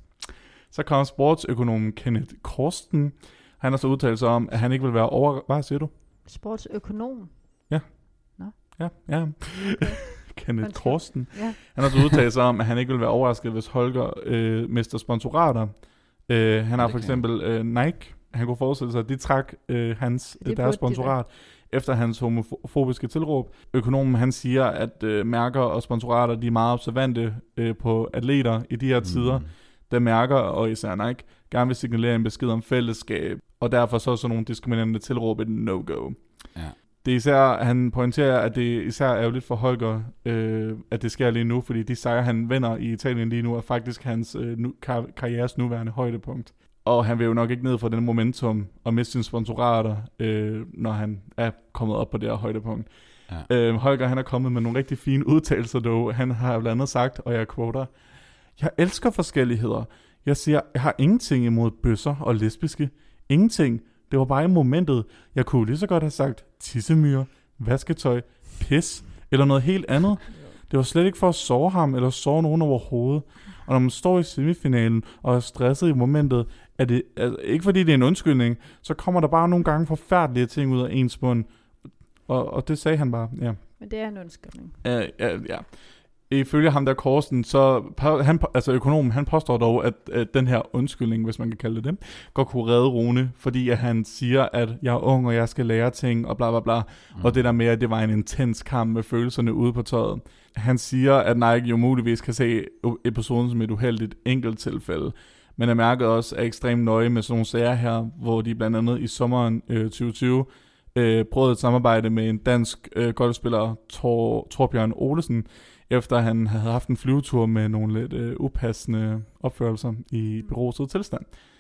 så kommer sportsøkonomen Kenneth Korsten. Han har så udtalt sig om, at han ikke vil være over... Hvad siger du? Sportsøkonom? Ja. Nå. Ja, ja. Okay. Kenneth Undskyld. Korsten. Ja. Han har så udtalt sig om, at han ikke vil være overrasket, hvis Holger øh, mister sponsorater. Øh, han har for eksempel øh, Nike. Han kunne forestille sig, at de trak øh, hans, Det deres sponsorat de efter hans homofobiske tilråb. Økonomen han siger, at øh, mærker og sponsorater de er meget observante øh, på atleter i de her mm. tider, der mærker, og især Nike, gerne vil signalere en besked om fællesskab, og derfor så er sådan nogle diskriminerende tilråb et no-go. Ja. Det er især, han pointerer, at det især er ærgerligt for Holger, øh, at det sker lige nu, fordi de sejre, han vinder i Italien lige nu, er faktisk hans øh, nu, kar- karrieres nuværende højdepunkt. Og han vil jo nok ikke ned fra den momentum og miste sine sponsorater, øh, når han er kommet op på det her højdepunkt. Ja. Øh, Holger, han er kommet med nogle rigtig fine udtalelser dog. Han har blandt andet sagt, og jeg quoter, jeg elsker forskelligheder. Jeg siger, jeg har ingenting imod bøsser og lesbiske. Ingenting. Det var bare i momentet. Jeg kunne lige så godt have sagt tissemyre, vasketøj, pis eller noget helt andet. Det var slet ikke for at såre ham eller såre nogen overhovedet. Og når man står i semifinalen og er stresset i momentet, er det altså, ikke fordi det er en undskyldning, så kommer der bare nogle gange forfærdelige ting ud af ens mund. Og, og det sagde han bare, ja. Men det er en undskyldning. Ja, ja, ja. Ifølge ham der Korsten, så han, altså økonomen, han påstår dog, at, at den her undskyldning, hvis man kan kalde det det, godt kunne redde Rune, fordi at han siger, at jeg er ung, og jeg skal lære ting, og bla bla bla, mm. og det der med, at det var en intens kamp med følelserne ude på tøjet. Han siger, at Nike jo muligvis kan se episoden som et uheldigt enkelt tilfælde, men er mærket også er ekstremt nøje med sådan nogle sager her, hvor de blandt andet i sommeren øh, tyve tyve øh, prøvede et samarbejde med en dansk øh, golfspiller, Tor, Torbjørn Olesen, efter han havde haft en flyvetur med nogle lidt øh, upassende opførelser i beruset tilstand.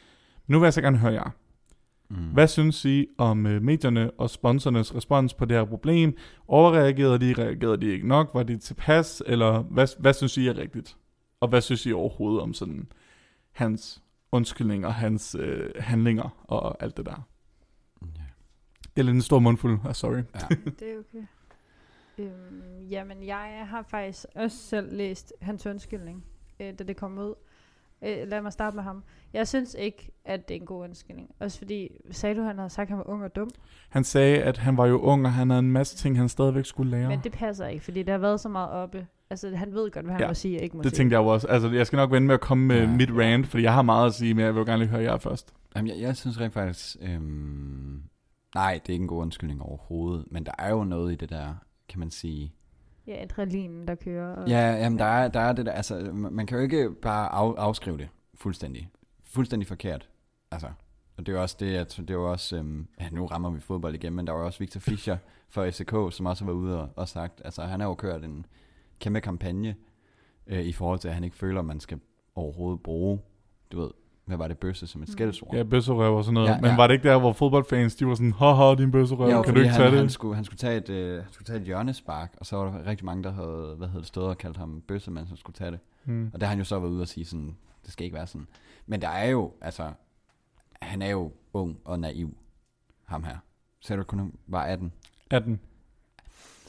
Nu vil jeg så gerne høre jer. Mm. Hvad synes I om øh, medierne og sponsorernes respons på det her problem? Overreagerede de? Reagerede de ikke nok? Var de tilpas? Eller hvad, hvad synes I er rigtigt? Og hvad synes I overhovedet om sådan hans undskyldning og hans øh, handlinger og alt det der? Yeah. Det er lidt en stor mundfuld. Ah, sorry. Ja. Det er okay. Øhm, jamen, jeg har faktisk også selv læst hans undskyldning, øh, da det kom ud. Øh, lad mig starte med ham. Jeg synes ikke, at det er en god undskyldning. Også fordi, sagde du, at han havde sagt, at han var ung og dum? Han sagde, at han var jo ung, og han havde en masse ting, han stadigvæk skulle lære. Men det passer ikke, fordi det har været så meget oppe. Altså, han ved godt, hvad han ja, må sige og ikke må det sige. Det tænkte jeg jo også. Altså, jeg skal nok vende med at komme med ja, mit rant, fordi jeg har meget at sige, men jeg vil jo gerne lige høre jer først. Jamen, jeg, jeg synes rent faktisk... Øhm, nej, det er ikke en god undskyldning overhovedet, men der er jo noget i det der, kan man sige... Ja, adrenalinen, der kører. Og ja, jamen, der er, der er det der, altså, man kan jo ikke bare af, afskrive det fuldstændig. Fuldstændig forkert. Altså, og det er jo også det, at det er jo også, øhm, ja, nu rammer vi fodbold igen, men der var jo også Victor Fischer for F C K, som også har været ude og, og sagt, altså, han har jo kørt en kæmpe kampagne øh, i forhold til, at han ikke føler, at man skal overhovedet bruge, du ved, hvad var det, bøsse som et skældsord? Ja, bøsserøv og sådan noget. Ja, men ja. var det ikke der, hvor fodboldfans, de var sådan, haha, din bøsserøv, ja, kan du ikke han, tage det? Han skulle, han skulle tage et, øh, han skulle tage et hjørnespark, og så var der rigtig mange, der havde, hvad hedder det, stået og kaldt ham bøssemand, som skulle tage det. Hmm. Og der har han jo så været ude og sige sådan, det skal ikke være sådan. Men der er jo, altså, han er jo ung og naiv, ham her. Så er du kun var atten. atten.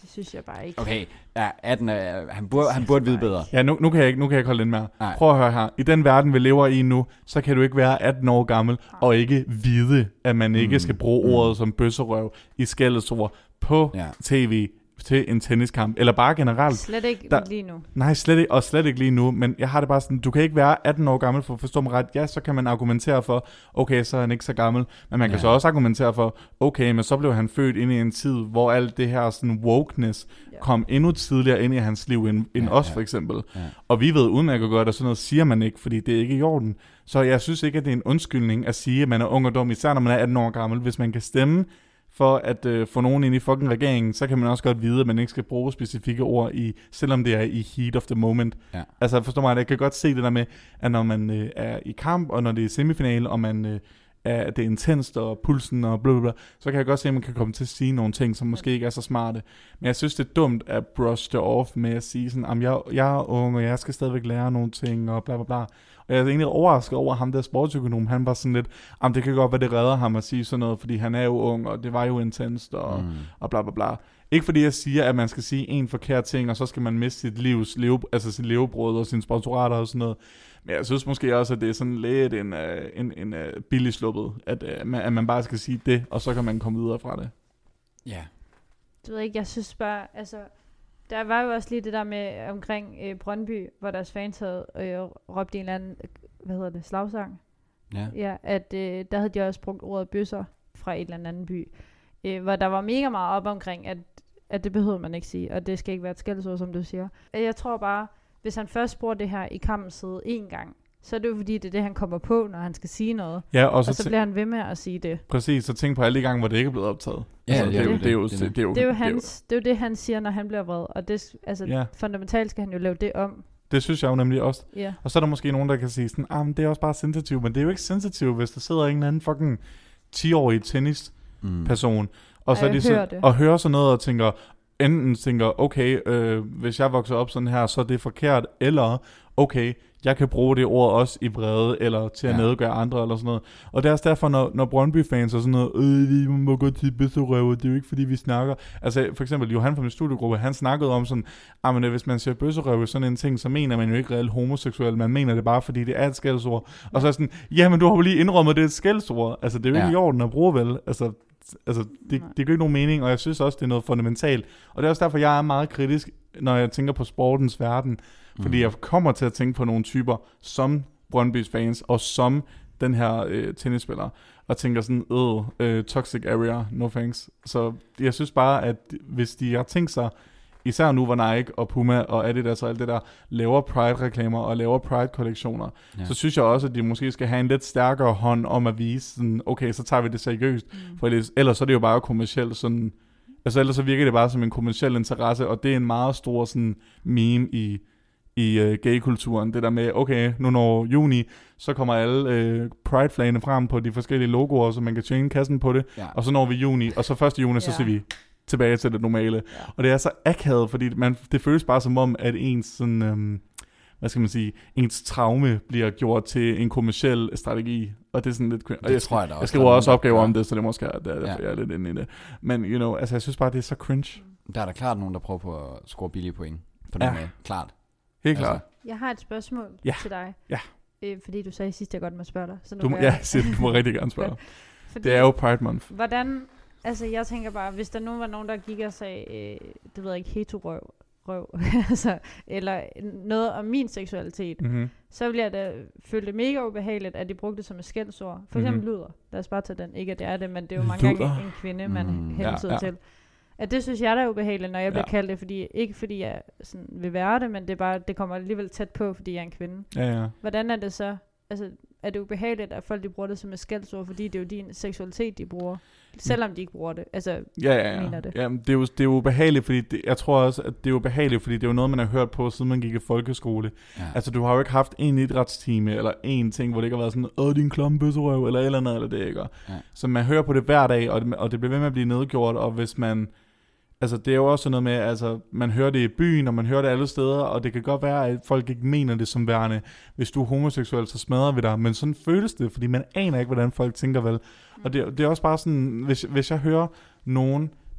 Det synes jeg bare ikke. Okay, ja, atten er, han burde, han burde vide bedre. Ja, nu, nu, kan jeg ikke, nu kan jeg ikke holde ind mere. Nej. Prøv at høre her. I den verden, vi lever i nu, så kan du ikke være atten år gammel og ikke vide, at man ikke Mm. skal bruge Mm. ordet som bøsserøv i skældesord på Ja. tv til en tenniskamp, eller bare generelt. Slet ikke Der- lige nu. Nej, slet ikke, og slet ikke lige nu, men jeg har det bare sådan, du kan ikke være atten år gammel for at forstå mig ret. Ja, så kan man argumentere for, okay, så er han ikke så gammel, men man kan Ja. så også argumentere for, okay, men så blev han født ind i en tid, hvor alt det her sådan wokeness Ja. kom endnu tidligere ind i hans liv, end, end Ja, os ja. for eksempel. Ja. Og vi ved udmærket godt, at sådan noget siger man ikke, fordi det er ikke i orden. Så jeg synes ikke, at det er en undskyldning at sige, at man er ung og dum, især når man er atten år gammel. Hvis man kan stemme for at øh, få nogen ind i fucking regeringen, så kan man også godt vide, at man ikke skal bruge specifikke ord, i, selvom det er i heat of the moment. Ja. Altså forstår mig, jeg kan godt se det der med, at når man øh, er i kamp, og når det er semifinale, og man øh, er, det er intenst, og pulsen og blablabla, så kan jeg godt se, at man kan komme til at sige nogle ting, som måske ikke er så smarte. Men jeg synes, det er dumt at brush det off med at sige sådan, at jeg, jeg er ung, og jeg skal stadigvæk lære nogle ting, og bla bla bla. Og jeg er egentlig overrasket over ham der sportsøkonom. Han var sådan lidt, om det kan godt være, det redder ham at sige sådan noget, fordi han er jo ung, og det var jo intenst, og, Mm. og bla bla bla. Ikke fordi jeg siger, at man skal sige en forkert ting, og så skal man miste sit livs leve, altså sit levebrød og sine sponsorater og sådan noget. Men jeg synes måske også, at det er sådan lidt en, uh, en, en uh, billig sluppet, at, uh, man, at man bare skal sige det, og så kan man komme videre fra det. Ja. Du ved ikke, jeg synes bare, altså, der var jo også lige det der med omkring øh, Brøndby, hvor deres fans havde øh, råbt en eller anden, øh, hvad hedder det, slagsang. Ja. Ja, at øh, der havde de også brugt ordet bøsser fra et eller anden by, øh, hvor der var mega meget op omkring, at, at det behøver man ikke sige, og det skal ikke være et skældsord, som du siger. Jeg tror bare, hvis han først bruger det her i kampens side en gang, så er det jo fordi, det er det, han kommer på, når han skal sige noget. Ja, og så, Og så bliver han ved med at sige det. præcis, så tænk på alle de gange, hvor det ikke er blevet optaget. Ja, Altså, det det, er er jo, jo det, er jo, det. det, det, er jo, Det er jo, det, er jo, hans, det, er jo det, han siger, når han bliver vred, og det, altså, Ja. fundamentalt skal han jo lave det om. det synes jeg jo nemlig også. Ja. Og så er der måske nogen, der kan sige sådan, ah, men det er også bare sensitivt, men det er jo ikke sensitivt, hvis der sidder en eller anden fucking ti-årig tennisperson, Mm. og så Ej, er de jeg så, hører det. og hører sådan noget og tænker, enten tænker, okay, øh, hvis jeg vokser op sådan her, så er det forkert, eller okay, jeg kan bruge det ord også i vrede, eller til at Ja. nedgøre andre, eller sådan noget. Og det er også derfor, når, når Brøndby-fans er sådan noget, øh, vi må gå til bøsserøve, det er jo ikke, fordi vi snakker. Altså, for eksempel, Johan fra min studiegruppe, han snakkede om sådan, ah, men hvis man siger bøsserøve, sådan en ting, så mener man jo ikke reelt homoseksuel, man mener det bare, fordi det er et skældsord. Og så er sådan, jamen, du har jo lige indrømmet, det er et skældsord. Altså, det er jo ikke Ja. i orden at bruge, vel? Altså, altså det, Nej. det giver ikke nogen mening, og jeg synes også, det er noget fundamentalt. Og det er også derfor, jeg er meget kritisk, når jeg tænker på sportens verden, fordi Mm. jeg kommer til at tænke på nogle typer som Brøndbys fans, og som den her øh, tennisspiller, og tænker sådan, øh, øh, toxic area, no thanks. Så jeg synes bare, at hvis de har tænkt sig, især nu hvor Nike og Puma og Adidas og alt det der, laver Pride-reklamer og laver Pride-kollektioner, Ja. så synes jeg også, at de måske skal have en lidt stærkere hånd om at vise, sådan, okay, så tager vi det seriøst. Mm. For ellers, ellers så er det jo bare kommercielt sådan, altså ellers så virker det bare som en kommerciel interesse, og det er en meget stor sådan meme i, i uh, gay-kulturen, det der med, okay, nu når juni, så kommer alle uh, pride-flagene frem på de forskellige logoer, så man kan tjene kassen på det, Ja. og så når vi juni, og så første juni, så Ja. ser vi tilbage til det normale. Ja. Og det er så akavet, fordi man, det føles bare som om, at ens sådan, øhm, hvad skal man sige, ens traume bliver gjort til en kommerciel strategi, og det er sådan lidt... Og Det jeg, tror jeg da også. jeg skriver der er også nogen, der opgaver gør. om det, så det måske er, det er derfor, Ja. jeg er lidt inde i det. Men, you know, altså jeg synes bare, det er så cringe. Der er der klart nogen, der prøver på at score billige point. På den Ja. måde. Klart. Helt Altså, klart. Jeg har et spørgsmål Ja. til dig. Ja. Øh, fordi du sagde sidst, jeg godt må spørge dig. Så nu Du, må- gør ja, jeg- siger, du må rigtig gerne spørge. Fordi, Det er jo Pride Month. Hvordan, altså jeg tænker bare, hvis der nu var nogen, der gik og sagde, øh, det ved jeg ikke, heterorøv, røv, altså, eller noget om min seksualitet, Mm-hmm. så ville jeg da føle det mega ubehageligt, at de brugte det som et skældsord. For eksempel Mhm. luder. Lad os bare tage den. Ikke at det er det, men det er jo mange Luder. gange en kvinde, man Mm. mm. Ja, hentyder ja. til. At det synes jeg der er ubehageligt, når jeg bliver Ja. kaldt det, fordi, ikke fordi jeg sådan vil være det, men det, er bare, det kommer alligevel tæt på, fordi jeg er en kvinde. Ja, ja. Hvordan er det så? Altså, er det ubehageligt, at folk de bruger det som et skældsord, fordi det er jo din seksualitet, de bruger, selvom de ikke bruger det? Altså, Ja, ja, ja. mener det. Jamen, det, er jo, det er jo ubehageligt, fordi det, jeg tror også, at det er ubehageligt, fordi det er jo noget, man har hørt på, siden man gik i folkeskole. Ja. Altså, du har jo ikke haft en idrætstime, eller en ting, hvor det ikke har været sådan, åh, din klamme bøsserøv, eller et eller andet, eller det ikke. Ja. Så man hører på det hver dag, og det, og det bliver ved med at blive nedgjort, og hvis man... Altså, det er jo også sådan noget med, altså, man hører det i byen, og man hører det alle steder, og det kan godt være, at folk ikke mener det som værende. Hvis du er homoseksuel, så smadrer vi dig. Men sådan føles det, fordi man aner ikke, hvordan folk tænker vel. Og det, det er også bare sådan, hvis, hvis jeg hører nogen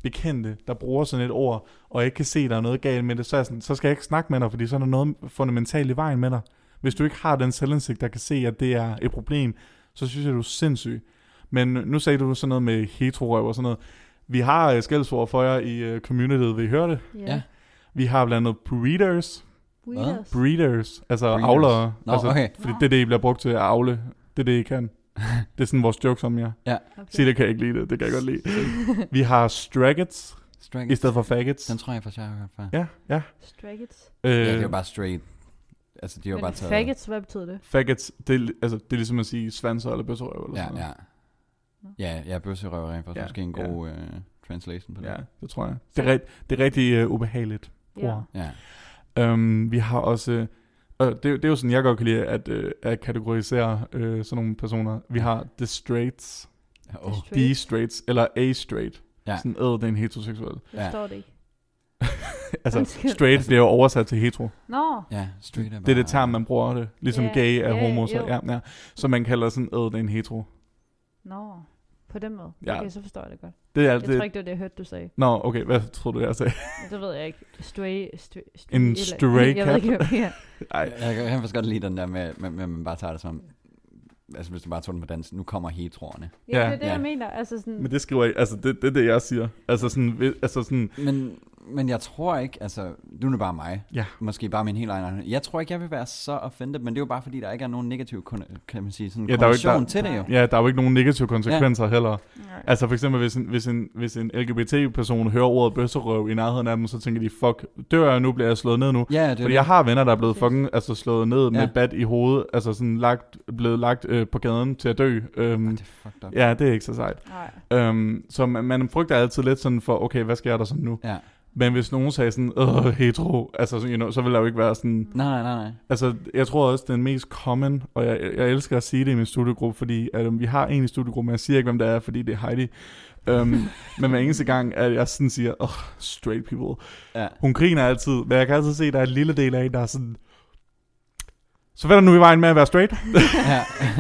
bekendte, der bruger sådan et ord, og jeg ikke kan se, at der er noget galt med det, så, er jeg sådan, så skal jeg ikke snakke med dig, fordi så er der noget fundamentalt i vejen med dig. Hvis du ikke har den selvindsigt, der kan se, at det er et problem, så synes jeg, du er sindssyg. Men nu sagde du sådan noget med heterorøv og sådan noget. Vi har uh, skældsord for jer i uh, communityet, vil I høre det? Yeah. Ja. Vi har blandt andet breeders. Weirdos. Breeders, altså Breeders. avlere. Nå, altså, okay. Fordi det er det, I bliver brugt til at avle. Det er det, I kan. Det er sådan vores jokes om jer. Ja. Okay. Sig, det kan jeg ikke lide det. Det kan jeg godt lide. Vi har straggets Strike. i stedet for faggots. Den tror jeg faktisk, jeg har hørt før. Ja, ja. Straggets. Øh, Ja, det er jo bare straight. Altså, de har jo bare Men taget... faggots, hvad betyder det? faggots, det er, altså, det er ligesom at sige svanser eller bøsserøv eller Ja, sådan noget. ja. Ja, ja, bøsserøv er faktisk Ja, måske en ja. god uh, translation på det. Ja, det tror jeg. Det er, rigt, det er rigtig uh, ubehageligt Ja. ord. Ja. Um, vi har også... Øh, det, det er jo sådan, jeg godt kan lide at, øh, at kategorisere øh, sådan nogle personer. Vi har the straights, Ja, oh. the straights, eller a straight. Ja. Sådan, øh, det er en heteroseksuel. Jeg Ja. forstår det ikke. Altså, Undskyld. straight bliver jo oversat til hetero. Nå, Ja, straight er bare... Det er det term, man bruger det. Ligesom Ja, gay er ja, homo, så, jo. ja, ja. Så man kalder sådan, øh, det er en hetero. nå. På den måde. Ja. Okay, så forstår jeg det godt. Det er Jeg det. tror ikke, det var det, jeg hørte, du sagde. Nå, okay, hvad troede du, jeg sagde? Det ved jeg ikke. Stray, stray, stray En eller- stray Jeg ved ikke, cat. hvad ja. Ej, Jeg kan jeg kan faktisk godt lide den der med, med, med, at man bare tager det som... Altså, hvis du bare tog den på dansk, nu kommer heteroerne. Ja, Ja. det er det, Ja. jeg mener. Altså sådan, men det skriver jeg, altså det, det er det, jeg siger. Altså sådan, vi- altså sådan, Men, men jeg tror ikke, altså, nu er det bare mig. Ja. Måske bare min helt egen. Jeg tror ikke, jeg vil være så offended, men det er jo bare fordi, der ikke er nogen negativ, kon- kan man sige, sådan Ja, der er jo ikke- konnotation der- til det jo. ja, der er jo ikke nogen negative konsekvenser ja. heller. nej. Altså for eksempel, hvis en, hvis en, hvis en L G B T-person hører ordet bøsserøv i nærheden af dem, så tænker de, fuck, dør jeg nu, bliver jeg slået ned nu. Ja, det er Fordi jeg har venner, der er blevet Præcis. fucking altså, slået ned med Ja. bat i hovedet, altså sådan lagt, blevet lagt øh, på gaden til at dø. Øhm, det er fucked up. ja, det er ikke så sejt. Nej. Øhm, så man, man frygter altid lidt sådan for, okay, hvad sker der sådan nu? Ja. Men hvis nogen sagde sådan, øh, hetero, altså you know, så vil der jo ikke være sådan... Nej, nej, nej, nej. Altså, jeg tror også, det er den mest common, og jeg, jeg elsker at sige det i min studiegruppe, fordi at, um, vi har en i studiegruppen, men jeg siger ikke, hvem det er, fordi det er Heidi. Um, men hver eneste gang, at jeg sådan siger, oh, straight people. Ja. Hun griner altid, men jeg kan altid se, at der er en lille del af en, der er sådan... Så hvad er der nu i vejen med at være straight? Ja.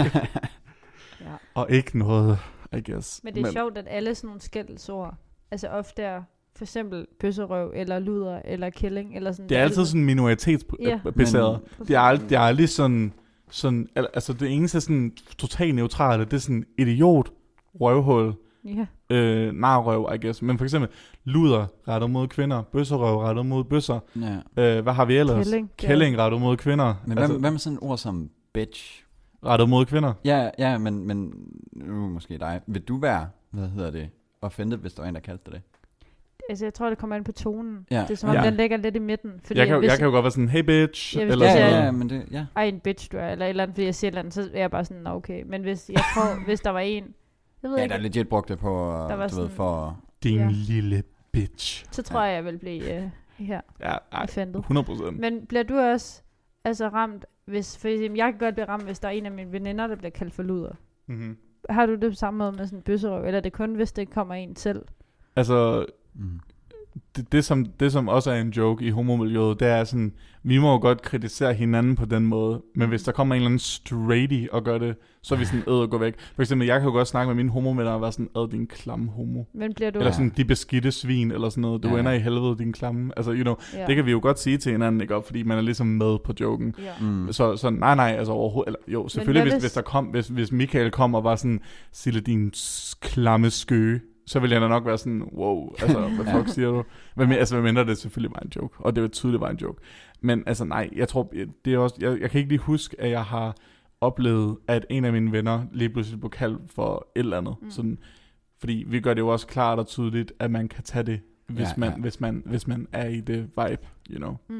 Ja. Og ikke noget, I guess. Men det er men, sjovt, at alle sådan nogle skældsord, altså ofte er for eksempel pøsserøv, eller luder, eller killing, eller sådan. det er altid sådan minoritetsbaseret. Ja. Det er aldrig, det er aldrig sådan, sådan... al- Altså, det eneste sådan totalt neutrale, det er sådan idiot, røvhul, Ja. øh, narrøv, I guess. Men for eksempel luder rettet mod kvinder, bøsserøv rettet mod bøsser. ja. Øh, hvad har vi ellers? Kælling. Kælling rettet mod kvinder. Men altså, hvad, hvad med sådan et ord som bitch? rettet mod kvinder. Ja, ja, men, men nu måske dig. Vil du være, hvad hedder det, offended, hvis der var en, der kaldte dig det? Altså, jeg tror, det kommer an på tonen. Ja. Det er som om, Ja. den ligger lidt i midten. Fordi Jeg kan, hvis, jeg kan jo godt være sådan, hey bitch. Ja, hvis eller det sådan er- noget. ja, men det, ja. ej, en bitch, du er, eller et eller andet, fordi jeg siger et eller andet, så er jeg bare sådan, "Nå, okay. Men hvis, jeg tror, hvis der var en, jeg ved Ja, ikke, der er legit brugt det på, Der var du ved, sådan- for... Din Ja. lille bitch. så tror jeg, jeg vil blive uh, her Ja, ej, offended. hundrede procent. Men bliver du også altså ramt, hvis, for eksempel, jeg kan godt blive ramt, hvis der er en af mine veninder, der bliver kaldt for luder. Mm-hmm. Har du det på samme måde med sådan en bøsserøv, eller er det kun, hvis det kommer en selv? Altså, Mm. det, det, som, det som også er en joke i homomiljøet, det er sådan, vi må jo godt kritisere hinanden på den måde, men hvis der kommer en eller anden straighty og gør det, så er vi sådan, æd og gå væk. For eksempel, jeg kan jo godt snakke med mine homovenner og være sådan, æd din klamme homo. Men bliver du... Eller sådan, de beskidte svin, eller sådan noget. Du Ja. ender i helvede, din klamme. Altså, you know, ja. det kan vi jo godt sige til hinanden, ikke? Fordi man er ligesom med på joken. Ja. Mm. Så, så nej, nej, altså overhovedet, eller jo, selvfølgelig, hvad hvis, hvis- hvis der kom, hvis, hvis Michael kom og var sådan, Sille, din s- klamme skøge, så ville jeg da nok være sådan, wow, altså, hvad fuck siger du? Men, altså, hvad mindre det selvfølgelig var en joke, og det var tydeligt var en joke. Men altså, nej, jeg tror, det er også, jeg, jeg kan ikke lige huske, at jeg har oplevet, at en af mine venner lige pludselig blev kaldt for et eller andet. Mm. Sådan, fordi vi gør det jo også klart og tydeligt, at man kan tage det, hvis, Ja, man, ja. hvis, man, hvis man er i det vibe, you know. Mm.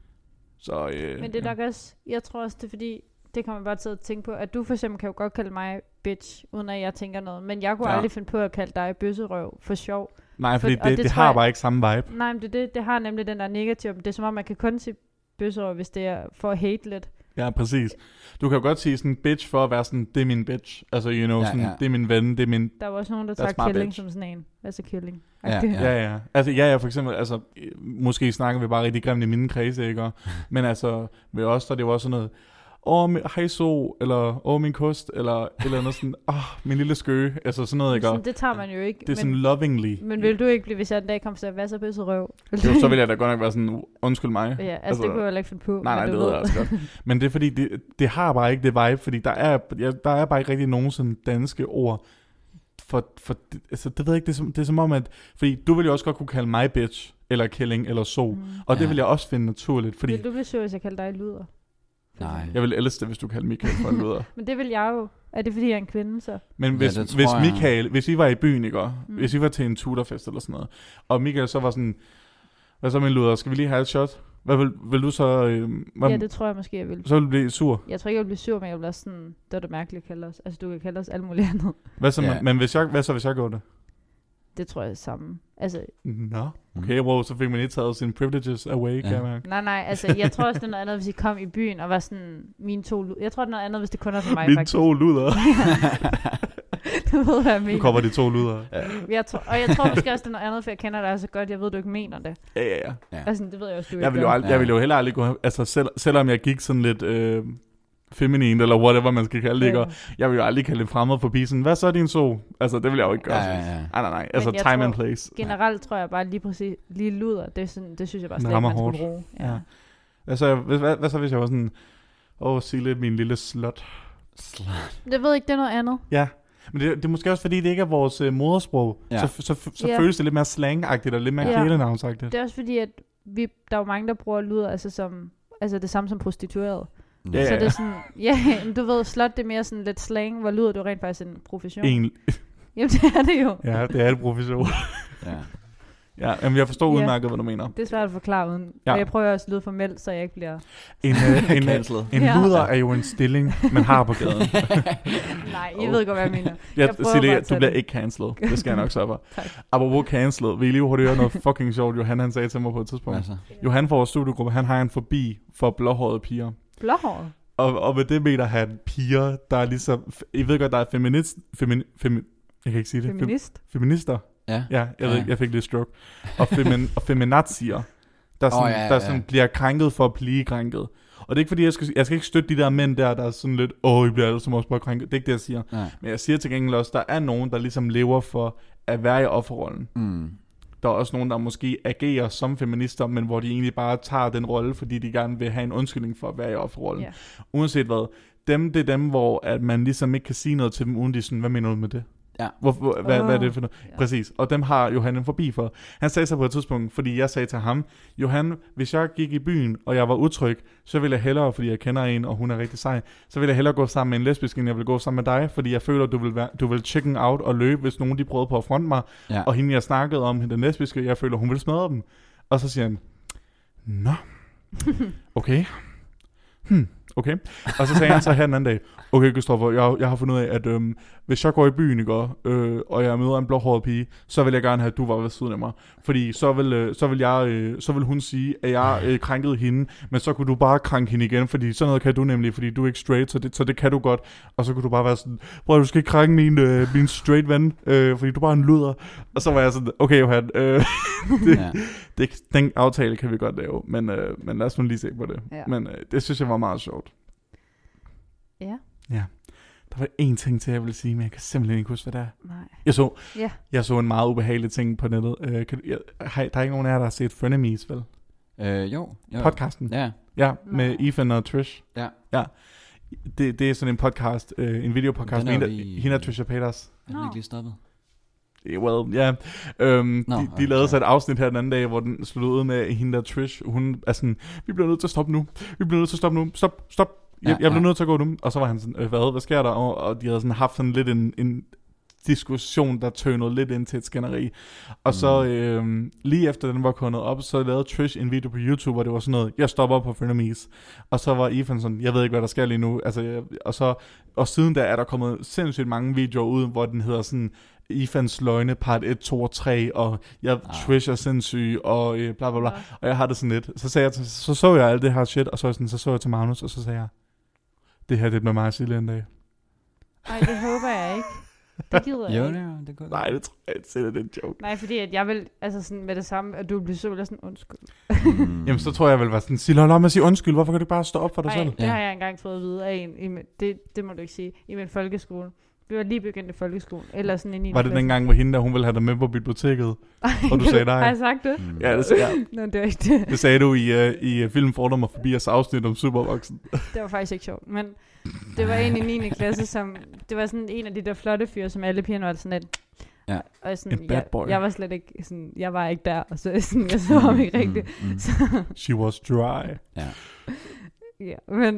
Så, øh, Men det er ja. nok også, jeg tror også, det er fordi, det kommer bare til at tænke på, at du for eksempel kan jo godt kalde mig bitch, uden at jeg tænker noget. Men jeg kunne Ja. ja. aldrig finde på at kalde dig bøsserøv for sjov. Nej, fordi For- og det, det det tror har jeg- bare ikke samme vibe. Nej, men det, det, det har nemlig den der negative. Det er som om, man kan kun sige bøsserøv, hvis det er for at hate lidt. Ja, præcis. Du kan jo godt sige sådan bitch for at være sådan, det er min bitch. Altså, you know, Ja, sådan, ja. det er min ven, det er min... Der var også nogen, der That's tager my killing bitch. som sådan en. Altså killing. Ja, Ja, ja. Ja, ja. Altså, ja, ja, for eksempel, altså, øh, måske snakker vi bare rigtig grimt i mine kredse, ikke? Og- Men altså, med os, der er det jo også sådan noget, åh, min- hej so, eller åh, min kost, eller eller noget sådan, åh, min lille skøge, altså sådan noget, ikke? Sådan, det tager man jo ikke. Det er sådan men, lovingly. men vil du ikke blive, hvis jeg en dag kom til at være så pisse røv? Jo, så vil jeg da godt nok være sådan, undskyld mig. Ja, altså, altså det kunne jeg heller ikke finde på. Nej, nej, men det du ved jeg også godt. Men det er fordi, det, det har bare ikke det vibe, fordi der er, ja, der er bare ikke rigtig nogen sådan danske ord. For, for altså, det ved jeg ikke, det er, som, det er som om, at, fordi du vil jo også godt kunne kalde mig bitch, eller killing, eller so. Mm. Og det Ja. vil jeg også finde naturligt, fordi Vil du blive sur, hvis jeg kalder dig luder? Nej. jeg vil elske det, hvis du kalder Michael for en luder. Men det vil jeg jo. Er det fordi, jeg er en kvinde, så? Men Ja, hvis, det tror hvis jeg. Michael, hvis I var i byen, ikke? Mm. Hvis I var til en tutorfest eller sådan noget, og Michael så var sådan, hvad så min luder, skal vi lige have et shot? Hvad vil, vil du så, øh, hvad, Ja, det tror jeg måske, jeg vil. så vil du blive sur? Jeg tror ikke, jeg vil blive sur, men jeg vil også sådan, det er det mærkeligt at kalde os. Altså, du kan kalde os alt muligt andet. Hvad så, Ja. men, men hvis jeg, hvad så, hvis jeg gør det? Det tror jeg er det samme. Altså, Nå, okay, wow, så fik man ikke taget sine privileges away, kan Ja. jeg mærke. nej, nej, altså, jeg tror også, det er noget andet, hvis I kom i byen og var sådan, mine to lu- Jeg tror, det er noget andet, hvis det kun er for mig, Mine faktisk. to luder. Du ved, hvad jeg Nu mener. kommer de to luder. Jeg tror, og jeg tror måske også, det er noget andet, for jeg kender dig så godt, jeg ved, du ikke mener det. Ja, ja, ja. Ja. Altså, det ved jeg også, du Jeg ikke vil jo, gør. aldrig, jeg vil jo heller aldrig gå, altså selv, selvom jeg gik sådan lidt øh, feminin, eller whatever man skal kalde det, ikke? Ja. Og jeg vil jo aldrig kalde det fremmed forbi sådan, hvad så er din so? Altså, det vil jeg jo ikke gøre. Ja, ja, ja. Nej, nej, nej. Altså, jeg time tror- and place. Generelt tror jeg bare lige præcis, lige luder, det, er sådan, det synes jeg bare Den slet ikke, rammer man skulle hårdt. bruge. Ja. Ja. Hvad så, hvad, hvad, hvad så, hvis jeg var sådan, åh, Sille, min lille slot. Slut. Jeg ved ikke, det er noget andet. Ja, men det, det er måske også, fordi det ikke er vores øh, modersprog. Ja. Så, så, så, så Ja. føles det lidt mere slang-agtigt, og lidt mere Ja. kælenavnsagtigt. Det er også fordi, at vi, der er jo mange, der bruger luder, altså som, altså det samme som prostitueret. Ja, ja, Så det ja. er sådan, ja, men du ved, slot det er mere sådan lidt slang, hvor luder du rent faktisk en profession. En, Jamen, det er det jo. ja, det er et profession. Ja. Ja, men jeg forstår Ja. udmærket, hvad du mener. Det er svært at forklare uden. Ja. Og jeg prøver også at lyde formelt, så jeg ikke bliver... En, øh, en, øh, Cancelled. en Ja. luder er jo en stilling, man har på gaden. Nej, I ved godt, hvad jeg mener. Jeg, Jeg prøver Silje, bare at du tage bliver den. ikke cancelled. Det skal jeg nok sørge for. Tak. Apropos cancelled, vil I lige hurtigt høre noget fucking sjovt, Johan han sagde til mig på et tidspunkt. Altså. Johan fra vores studiegruppe, han har en forbi for blåhårede piger. Blåhåret. Og, og med det mener han piger, der er ligesom... I ved godt, der er feminist... Femi, femi, jeg kan ikke sige det. Fem, Feminist. feminister. Ja. Ja, jeg Ja. ved ikke, jeg fik lidt stroke. Og, femin, og feminazier, der, sådan, Åh, ja, der ja. sådan bliver krænket for at blive krænket. Og det er ikke fordi, jeg skal, jeg skal ikke støtte de der mænd der, der er sådan lidt, åh, I bliver alle som også bare krænket. Det er ikke det, jeg siger. Nej. Men jeg siger til gengæld også, der er nogen, der ligesom lever for at være i offerrollen. Mm. Der er også nogen, der måske agerer som feminister, men hvor de egentlig bare tager den rolle, fordi de gerne vil have en undskyldning for at være i offerrollen. Ja. Uanset hvad. Dem, det er dem, hvor at man ligesom ikke kan sige noget til dem, uden de sådan, hvad mener du med det? Ja. Hvor, hvor, hvad, Åh. hvad er det for noget? Ja. Præcis. Og dem har Johan en forbi for. Han sagde så på et tidspunkt, fordi jeg sagde til ham, Johan, hvis jeg gik i byen, og jeg var utryg, så ville jeg hellere, fordi jeg kender en, og hun er rigtig sej, så ville jeg hellere gå sammen med en lesbisk, end jeg vil gå sammen med dig, fordi jeg føler, du vil, være, du vil chicken out og løbe, hvis nogen de prøvede på at fronte mig. Ja. Og hende, jeg snakkede om, hende den lesbiske, jeg føler, hun vil smadre dem. Og så siger han, nå, okay. Hmm, okay. Og så sagde han så her den anden dag, okay, Christoffer, jeg, jeg har fundet ud af, at øhm, hvis jeg går i byen, ikke, øh, og jeg møder en blåhåret pige, så vil jeg gerne have, at du var ved siden af mig. Fordi så vil, øh, så vil, jeg, øh, så vil hun sige, at jeg øh, krænkede hende, men så kunne du bare krænke hende igen, fordi sådan noget kan du nemlig, fordi du er ikke straight, så det, så det kan du godt. Og så kunne du bare være sådan, bror, du skal ikke krænke min, øh, min straight ven, øh, fordi du bare er en luder. Og så var jeg sådan, okay Johan, øh, det, Ja. det, den aftale kan vi godt lave, men, øh, men lad os nu lige se på det. Ja. Men øh, det synes jeg var meget sjovt. Ja. Ja. Der var én ting til, jeg ville sige, men jeg kan simpelthen ikke huske, hvad det er. Nej. Jeg så, Ja. jeg så en meget ubehagelig ting på nettet. Øh, kan, du- jeg, hej, der er ikke nogen af jer, der har set Frenemies, vel? Øh, jo. jo. Podcasten. Ja. Ja, med Nej. Ethan og Trish. Ja. Ja. Det, det er sådan en podcast, øh, en videopodcast Den er med jo hende, lige- hende og Trisha Paytas. Er den ikke lige stoppet? Well, ja. Yeah. Um, Nå, de, de okay. lavede så et afsnit her den anden dag, hvor den sluttede ud med hende der Trish. Hun er sådan, vi bliver nødt til at stoppe nu. Vi bliver nødt til at stoppe nu. Stop, stop. Jeg, Ja, jeg bliver ja. nødt til at gå nu. Og så var han sådan, øh, hvad, hvad sker der? Og, og de havde sådan haft sådan lidt en, en diskussion, der tønede lidt ind til et skænderi. Og mm. så øh, lige efter den var kommet op, så lavede Trish en video på YouTube, hvor det var sådan noget, jeg stopper på Frenemies. Og så var Ethan sådan, jeg ved ikke, hvad der sker lige nu. Altså, jeg, og, så, og siden da er der kommet sindssygt mange videoer ud, hvor den hedder sådan, Ethans løgne, part et, to og tre, og jeg, Ah. Trish er sindssyg, og øh, bla bla bla. Og jeg har det sådan lidt. Så, sagde jeg, til- så så jeg alt det her shit, og så, sådan, så så jeg til Magnus, og så sagde jeg, det her det er med mig og Silje en dag. Ej, det håber jeg ikke. Det gider jeg Jo, ikke. det, er- det går Nej, det tror jeg ikke selv, det er en joke. Nej, fordi at jeg vil, altså sådan med det samme, at du bliver så sådan, undskyld. Mm. Jamen, så tror jeg vel være sådan, Silla, lad mig sige undskyld, hvorfor kan du ikke bare stå op for dig Nej, selv? det Ja. har jeg engang fået at vide af en. I min, det, det må du ikke sige. I min folkeskole. Vi var lige begyndt i folkeskolen. Eller sådan en i Var det dengang, hvor hende der, hun ville have dig med på biblioteket? Og du sagde nej? Har jeg sagt det? Mm. Ja, det sagde jeg. Nå, det var ikke det. Det sagde du i, uh, i filmen Fordomme og Forbiers afsnit om Supervoksen. Det var faktisk ikke sjovt. Men det var en i niende klasse, som... Det var sådan en af de der flotte fyre, som alle pigerne var sådan lidt... Ja. Og sådan, En bad jeg, boy. jeg var slet ikke sådan... Jeg var ikke der, og så sådan, jeg så ham ikke rigtigt. Mm. Mm. Så, She was dry. Ja. ja, men...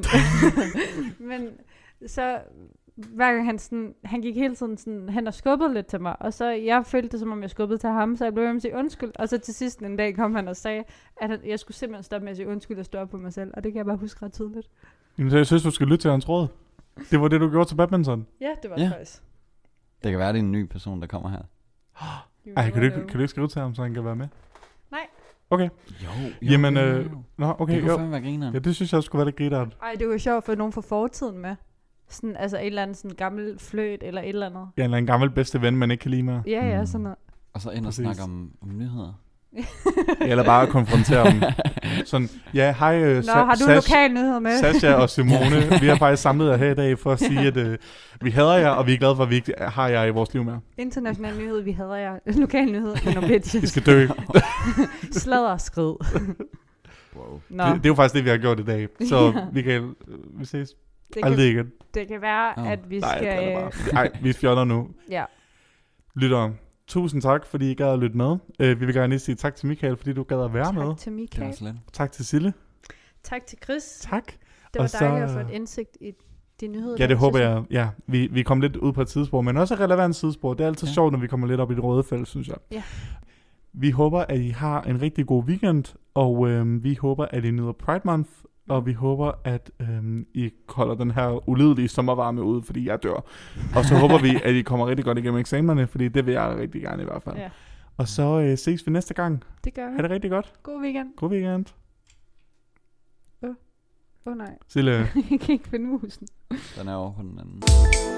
men så... Hver gang han sådan... Han gik hele tiden sådan hen og skubbede lidt til mig. Og så jeg følte det, som om jeg skubbede til ham. Så jeg blev ved med at sige undskyld. Og så til sidst en dag kom han og sagde, at han, jeg skulle simpelthen stoppe med at sige undskyld og stå op på mig selv. Og det kan jeg bare huske ret tydeligt. Jamen, så jeg synes, du skal lytte til hans råd. Det var det, du gjorde til badminton. Ja, det var Ja. det faktisk. Det kan være, det er en ny person, der kommer her. Ej, kan du, ikke, kan du ikke skrive til ham, så han kan være med? Nej. Okay. Jo, Jamen, øh, nå, okay, det kunne jo. fandme være grineren. Ja, det synes jeg skulle være lidt grineren. Ej, det var sjovt at få nogen fra fortiden med. Sådan, altså et eller andet sådan gammel fløjt eller et eller andet. Ja, eller en gammel bedste ven, man ikke kan lide mere. Ja, ja, Mm. sådan noget. Og så ind og Præcis. snakke om, om nyheder. Eller bare konfrontere dem. Sådan, ja, hej uh, Nå, har du lokal nyheder med? Sasha og Simone. Vi har faktisk samlet jer her i dag for at sige, at uh, vi hader jer, og vi er glade for, at vi ikke har jer i vores liv mere. International nyhed, vi hader jer. Lokal nyhed, men nogle bitches. Vi skal dø. Sladder og skrid. Wow. Nå, Det, det er jo faktisk det, vi har gjort i dag. Så vi kan vi ses det, aldrig kan, igen. det kan være, Nå. at vi Nej, skal... det er bare. Nej, vi fjoller nu. Ja, Lytter, tusind tak, fordi I gad at lytte med. Uh, vi vil gerne lige sige tak til Michael, fordi du gad at være med. tak til Det var Michael. så let. Tak til Sille. Tak til Chris. Tak. Det var Og så- dejligt at få et indsigt i de nyheder. Ja, der, det håber synes jeg. Ja, vi, vi kom lidt ud på et tidsspor, men også et relevant tidsspor. Det er altid Ja. ja. sjovt, når vi kommer lidt op i det røde felt, synes jeg. Ja. Vi håber, at I har en rigtig god weekend, og øhm, vi håber, at I nyder Pride Month, og vi håber, at øhm, I holder den her ulidelige sommervarme ud, fordi jeg dør. Og så håber vi, at I kommer rigtig godt igennem eksamenerne, fordi det vil jeg rigtig gerne i hvert fald. Ja, Og så øh, ses vi næste gang. det gør Ha' vi. det rigtig godt. God weekend. God weekend. Åh oh, nej, Sille. jeg kan ikke finde musen. Den er over på den anden.